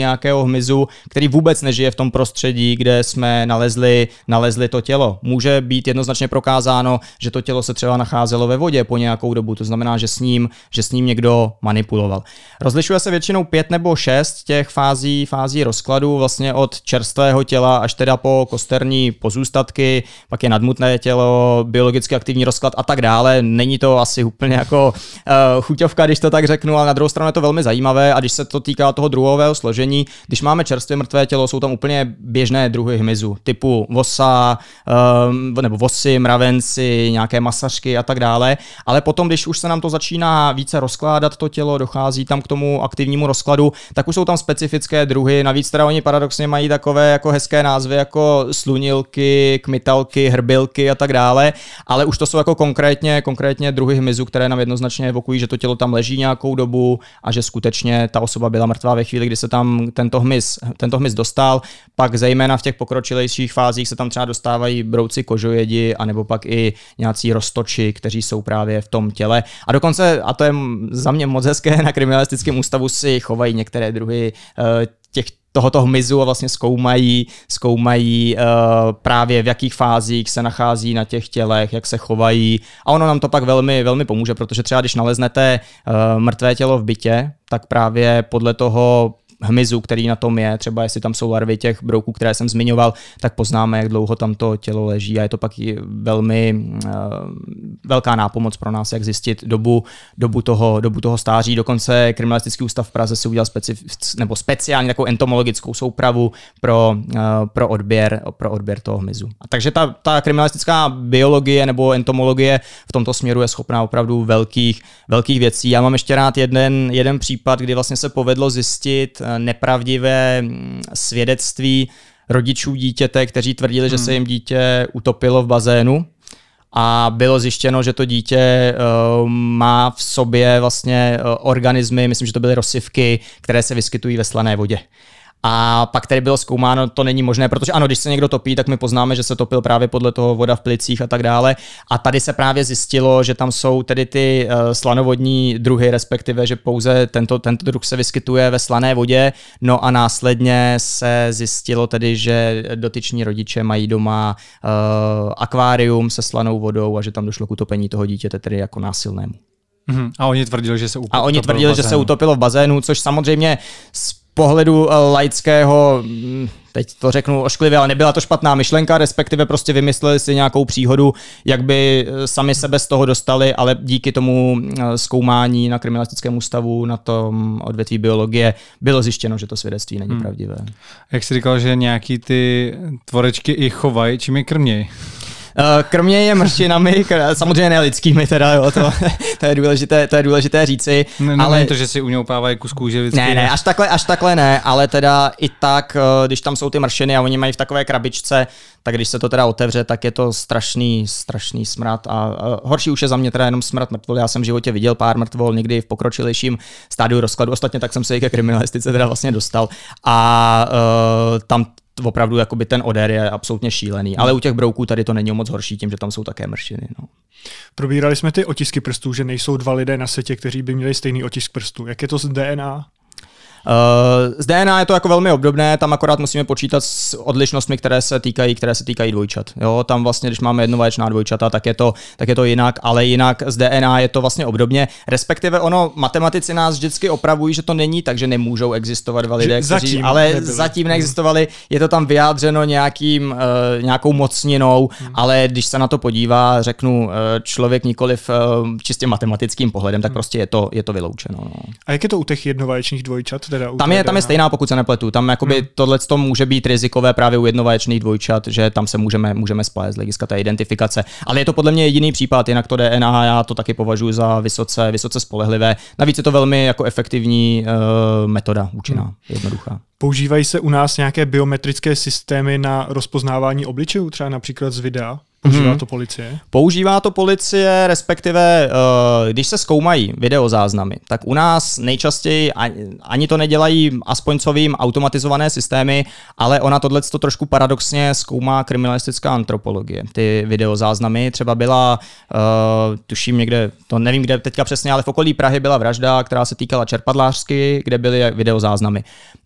nějakého hmyzu, který vůbec nežije v tom prostředí, kde jsme nalezli, nalezli to tělo. Může být jednoznačně prokázáno, že to tělo se třeba nacházelo ve vodě po nějakou dobu, to znamená, že s ním, že s ním někdo manipuloval. Rozlišuje se většinou pět nebo šest těch fází, fází rozkladu, vlastně od čerstvého těla až teda po kosterní pozůstatky, pak je nadmutné tělo, biologicky aktivní rozklad a tak dále. Není to asi úplně jako uh, chuťovka, když to tak řeknu, ale na druhou stranu je to velmi zajímavé a když se to týká toho druhového složení, když máme čerstvě mrtvé tělo, jsou tam úplně běžné druhy hmyzu, typu vosa, um, nebo vosy, mravenci, nějaké masařky a tak dále, ale potom, když už se nám to začíná více rozkládat to tělo, dochází tam k tomu aktivnímu rozkladu, tak už jsou tam specifické druhy, navíc teda oni paradoxně mají takové jako hezké názvy jako slunilky, kmitalky, hrbilky a tak dále, ale už to jsou jako konkrétně, konkrétně druhy hmyzu, které nám jednoznačně evokují, že to tělo tam leží nějakou dobu a že skutečně ta osoba byla mrtvá ve chvíli, kdy se tam tento hmyz, tento hmyz dostal. Pak zejména v těch pokročilejších fázích se tam třeba dostávají brouci kožojedi, anebo pak i nějací roztoči, kteří jsou právě v tom těle. A dokonce, a to je za mě moc hezké, na kriminalistickém ústavu si chovají některé druhy těch tohoto hmyzu a vlastně zkoumají, zkoumají uh, právě v jakých fázích se nachází na těch tělech, jak se chovají a ono nám to pak velmi, velmi pomůže, protože třeba když naleznete uh, mrtvé tělo v bytě, tak právě podle toho hmyzu, který na tom je, třeba jestli tam jsou larvy těch brouků, které jsem zmiňoval, tak poznáme, jak dlouho tam to tělo leží a je to pak i velmi uh, velká nápomoc pro nás, jak zjistit dobu, dobu, toho, dobu toho stáří. Dokonce Kriminalistický ústav v Praze si udělal specif- nebo speciálně takovou entomologickou soupravu pro, uh, pro, odběr, pro odběr toho hmyzu. A takže ta, ta kriminalistická biologie nebo entomologie v tomto směru je schopná opravdu velkých, velkých věcí. Já mám ještě rád jeden, jeden případ, kdy vlastně se povedlo zjistit nepravdivé svědectví rodičů dítěte, kteří tvrdili, hmm. že se jim dítě utopilo v bazénu a bylo zjištěno, že to dítě uh, má v sobě vlastně uh, organismy, myslím, že to byly rosivky, které se vyskytují ve slané vodě. A pak tady bylo zkoumáno, to není možné, protože ano, když se někdo topí, tak my poznáme, že se topil právě podle toho voda v plicích a tak dále. A tady se právě zjistilo, že tam jsou tedy ty uh, slanovodní druhy, respektive, že pouze tento, tento druh se vyskytuje ve slané vodě. No a následně se zjistilo tedy, že dotyční rodiče mají doma uh, akvárium se slanou vodou a že tam došlo k utopení toho dítěte tedy jako násilnému. Mm-hmm. A oni tvrdili, že se utopilo. A oni tvrdili, že se utopilo v bazénu, což samozřejmě pohledu laického, teď to řeknu ošklivě, ale nebyla to špatná myšlenka, respektive prostě vymysleli si nějakou příhodu, jak by sami sebe z toho dostali, ale díky tomu zkoumání na kriminalistickém ústavu, na tom odvětví biologie, bylo zjištěno, že to svědectví není hmm. pravdivé. Jak jsi říkal, že nějaký ty tvorečky i chovají, čím je krmějí? Krmě je mrštinami, samozřejmě ne lidskými teda, jo, to, to, je důležité, to je důležité říci. Ne, ale není to, že si uňoupávají kus kůže vždycky. Ne, ne, až takhle, až takhle ne, ale teda i tak, když tam jsou ty mršiny a oni mají v takové krabičce, tak když se to teda otevře, tak je to strašný, strašný smrad a, a horší už je za mě teda jenom smrad mrtvol. Já jsem v životě viděl pár mrtvol někdy v pokročilejším stádiu rozkladu, ostatně tak jsem se i ke kriminalistice teda vlastně dostal a uh, tam opravdu jakoby ten odér je absolutně šílený, ale u těch brouků tady to není moc horší tím, že tam jsou také mršiny. No. Probírali jsme ty otisky prstů, že nejsou dva lidé na světě, kteří by měli stejný otisk prstů. Jak je to s D N A? Uh, z D N A je to jako velmi obdobné, tam akorát musíme počítat s odlišnostmi, které se týkají, které se týkají dvojčat. Jo, tam vlastně, když máme jednovaječná dvojčata, tak je to, tak je to jinak, ale jinak z D N A je to vlastně obdobně. Respektive ono, matematici nás vždycky opravují, že to není tak, že nemůžou existovat dva lidé, kteří, zatím ale nebyli. zatím neexistovali. Je to tam vyjádřeno nějakým, uh, nějakou mocninou, hmm. ale když se na to podívá, řeknu, uh, člověk nikoliv uh, čistě matematickým pohledem, tak hmm. prostě je to, je to vyloučeno. No. A jak je to u těch jednovaječných dvojčat? Teda tam je, tam je stejná, pokud se nepletu. Tam jakoby hmm. tohleto může být rizikové právě u jednovaječných dvojčat, že tam se můžeme, můžeme splet z hlediska té identifikace. Ale je to podle mě jediný případ, jinak to D N A já to taky považuji za vysoce, vysoce spolehlivé. Navíc je to velmi jako efektivní uh, metoda, účinná, hmm. jednoduchá. Používají se u nás nějaké biometrické systémy na rozpoznávání obličejů, třeba například z videa? Používá hmm. to policie? Používá to policie, respektive uh, když se zkoumají videozáznamy, tak u nás nejčastěji ani to nedělají aspoň co vím automatizované systémy, ale ona tohleto trošku paradoxně zkoumá kriminalistická antropologie. Ty videozáznamy, třeba byla, uh, tuším někde, to nevím kde teďka přesně, ale v okolí Prahy byla vražda, která se týkala Čerpadlářsky, kde byly videozáznamy.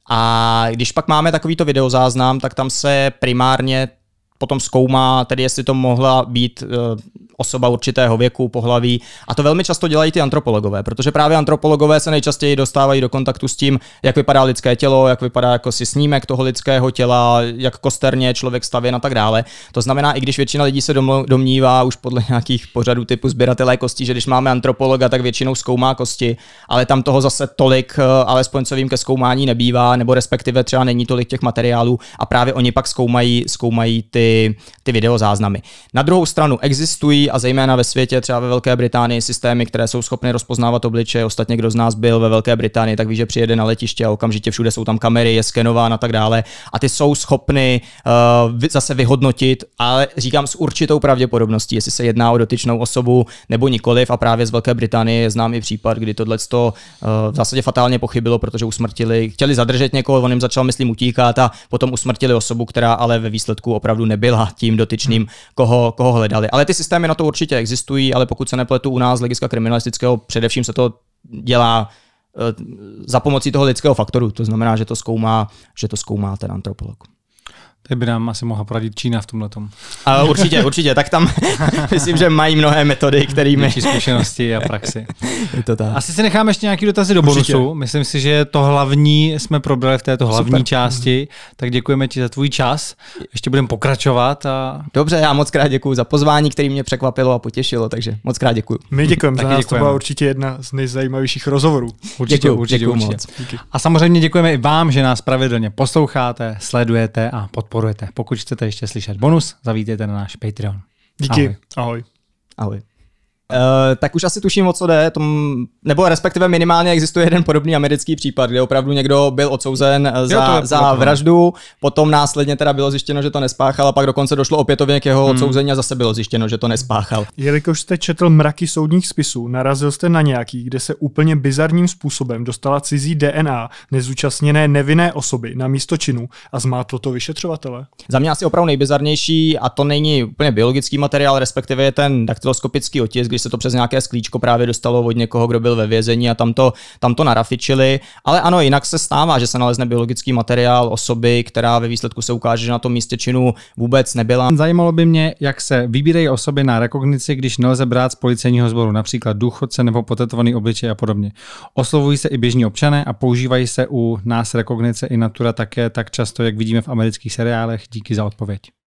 A když pak máme takovýto videozáznam, tak tam se primárně potom zkoumá, tedy jestli to mohla být uh, osoba určitého věku, pohlaví. A to velmi často dělají ty antropologové, protože právě antropologové se nejčastěji dostávají do kontaktu s tím, jak vypadá lidské tělo, jak vypadá jako si snímek toho lidského těla, jak kosterně člověk stavěn a tak dále. To znamená, i když většina lidí se domnívá už podle nějakých pořadů typu sběratelé kostí, že když máme antropologa, tak většinou zkoumá kosti, ale tam toho zase tolik, alespoň co vím, ke zkoumání nebývá, nebo respektive třeba není tolik těch materiálů a právě oni pak zkoumají, zkoumají ty, ty videozáznamy. Na druhou stranu existují a zejména ve světě, třeba ve Velké Británii, systémy, které jsou schopny rozpoznávat obličeje. Ostatně kdo z nás byl ve Velké Británii, tak ví, že přijede na letiště a okamžitě všude jsou tam kamery, je skenován a tak dále. A ty jsou schopny uh, zase vyhodnotit, ale říkám s určitou pravděpodobností, jestli se jedná o dotyčnou osobu nebo nikoliv. A právě z Velké Británie je známý případ, kdy tohleto uh, v zásadě fatálně pochybilo, protože usmrtili, chtěli zadržet někoho, on jim začal, myslím, utíkat a potom usmrtili osobu, která ale ve výsledku opravdu nebyla tím dotyčným, koho, koho hledali. Ale ty systémy na to určitě existují, ale pokud se nepletu u nás z hlediska kriminalistického, především se to dělá uh, za pomocí toho lidského faktoru. To znamená, že to zkoumá, že to zkoumá ten antropolog. Teď by nám asi mohla poradit Čína v tomhletom. A určitě, určitě. Tak tam myslím, že mají mnohé metody, kterými... Větší zkušenosti a praxi. Je to tak. Asi si necháme ještě nějaký dotazy do určitě. Bonusu. Myslím si, že to hlavní jsme probrali v této hlavní Super. části. Tak děkujeme ti za tvůj čas. Ještě budeme pokračovat. A... Dobře, já moc krát děkuju za pozvání, který mě překvapilo a potěšilo, takže moc krát děkuju. My děkujeme. Za nás to byla určitě jedna z nejzajímavějších rozhovorů. Určitě, děkuju, určitě, děkuju určitě. Moc. Díky. A samozřejmě děkujeme i vám, že nás pravidelně posloucháte, sledujete a podporujete. Pokud chcete ještě slyšet bonus, zavítejte na náš Patreon. Díky. Ahoj. Ahoj. Ahoj. Uh, tak už asi tuším, o co jde, tom, nebo respektive minimálně existuje jeden podobný americký případ, kde opravdu někdo byl odsouzen za, jo, za vraždu, potom následně teda bylo zjištěno, že to nespáchal a pak dokonce došlo opětovně k jeho hmm. odsouzení a zase bylo zjištěno, že to nespáchal. Jelikož jste četl mraky soudních spisů, narazil jste na nějaký, kde se úplně bizarním způsobem dostala cizí D N A nezúčastněné nevinné osoby na místo činu a zmátlo to vyšetřovatele? Za mě asi opravdu nejbizarnější, a to není úplně biologický materiál, respektive je ten daktyloskopický otisk, když se to přes nějaké sklíčko právě dostalo od někoho, kdo byl ve vězení a tam to, tam to narafičili. Ale ano, jinak se stává, že se nalezne biologický materiál osoby, která ve výsledku se ukáže, že na tom místě činu vůbec nebyla. Zajímalo by mě, jak se vybírají osoby na rekognici, když nelze brát z policejního sboru, například důchodce nebo potetovaný obličej a podobně. Oslovují se i běžní občané a používají se u nás rekognice i natura také tak často, jak vidíme v amerických seriálech. Díky za odpověď.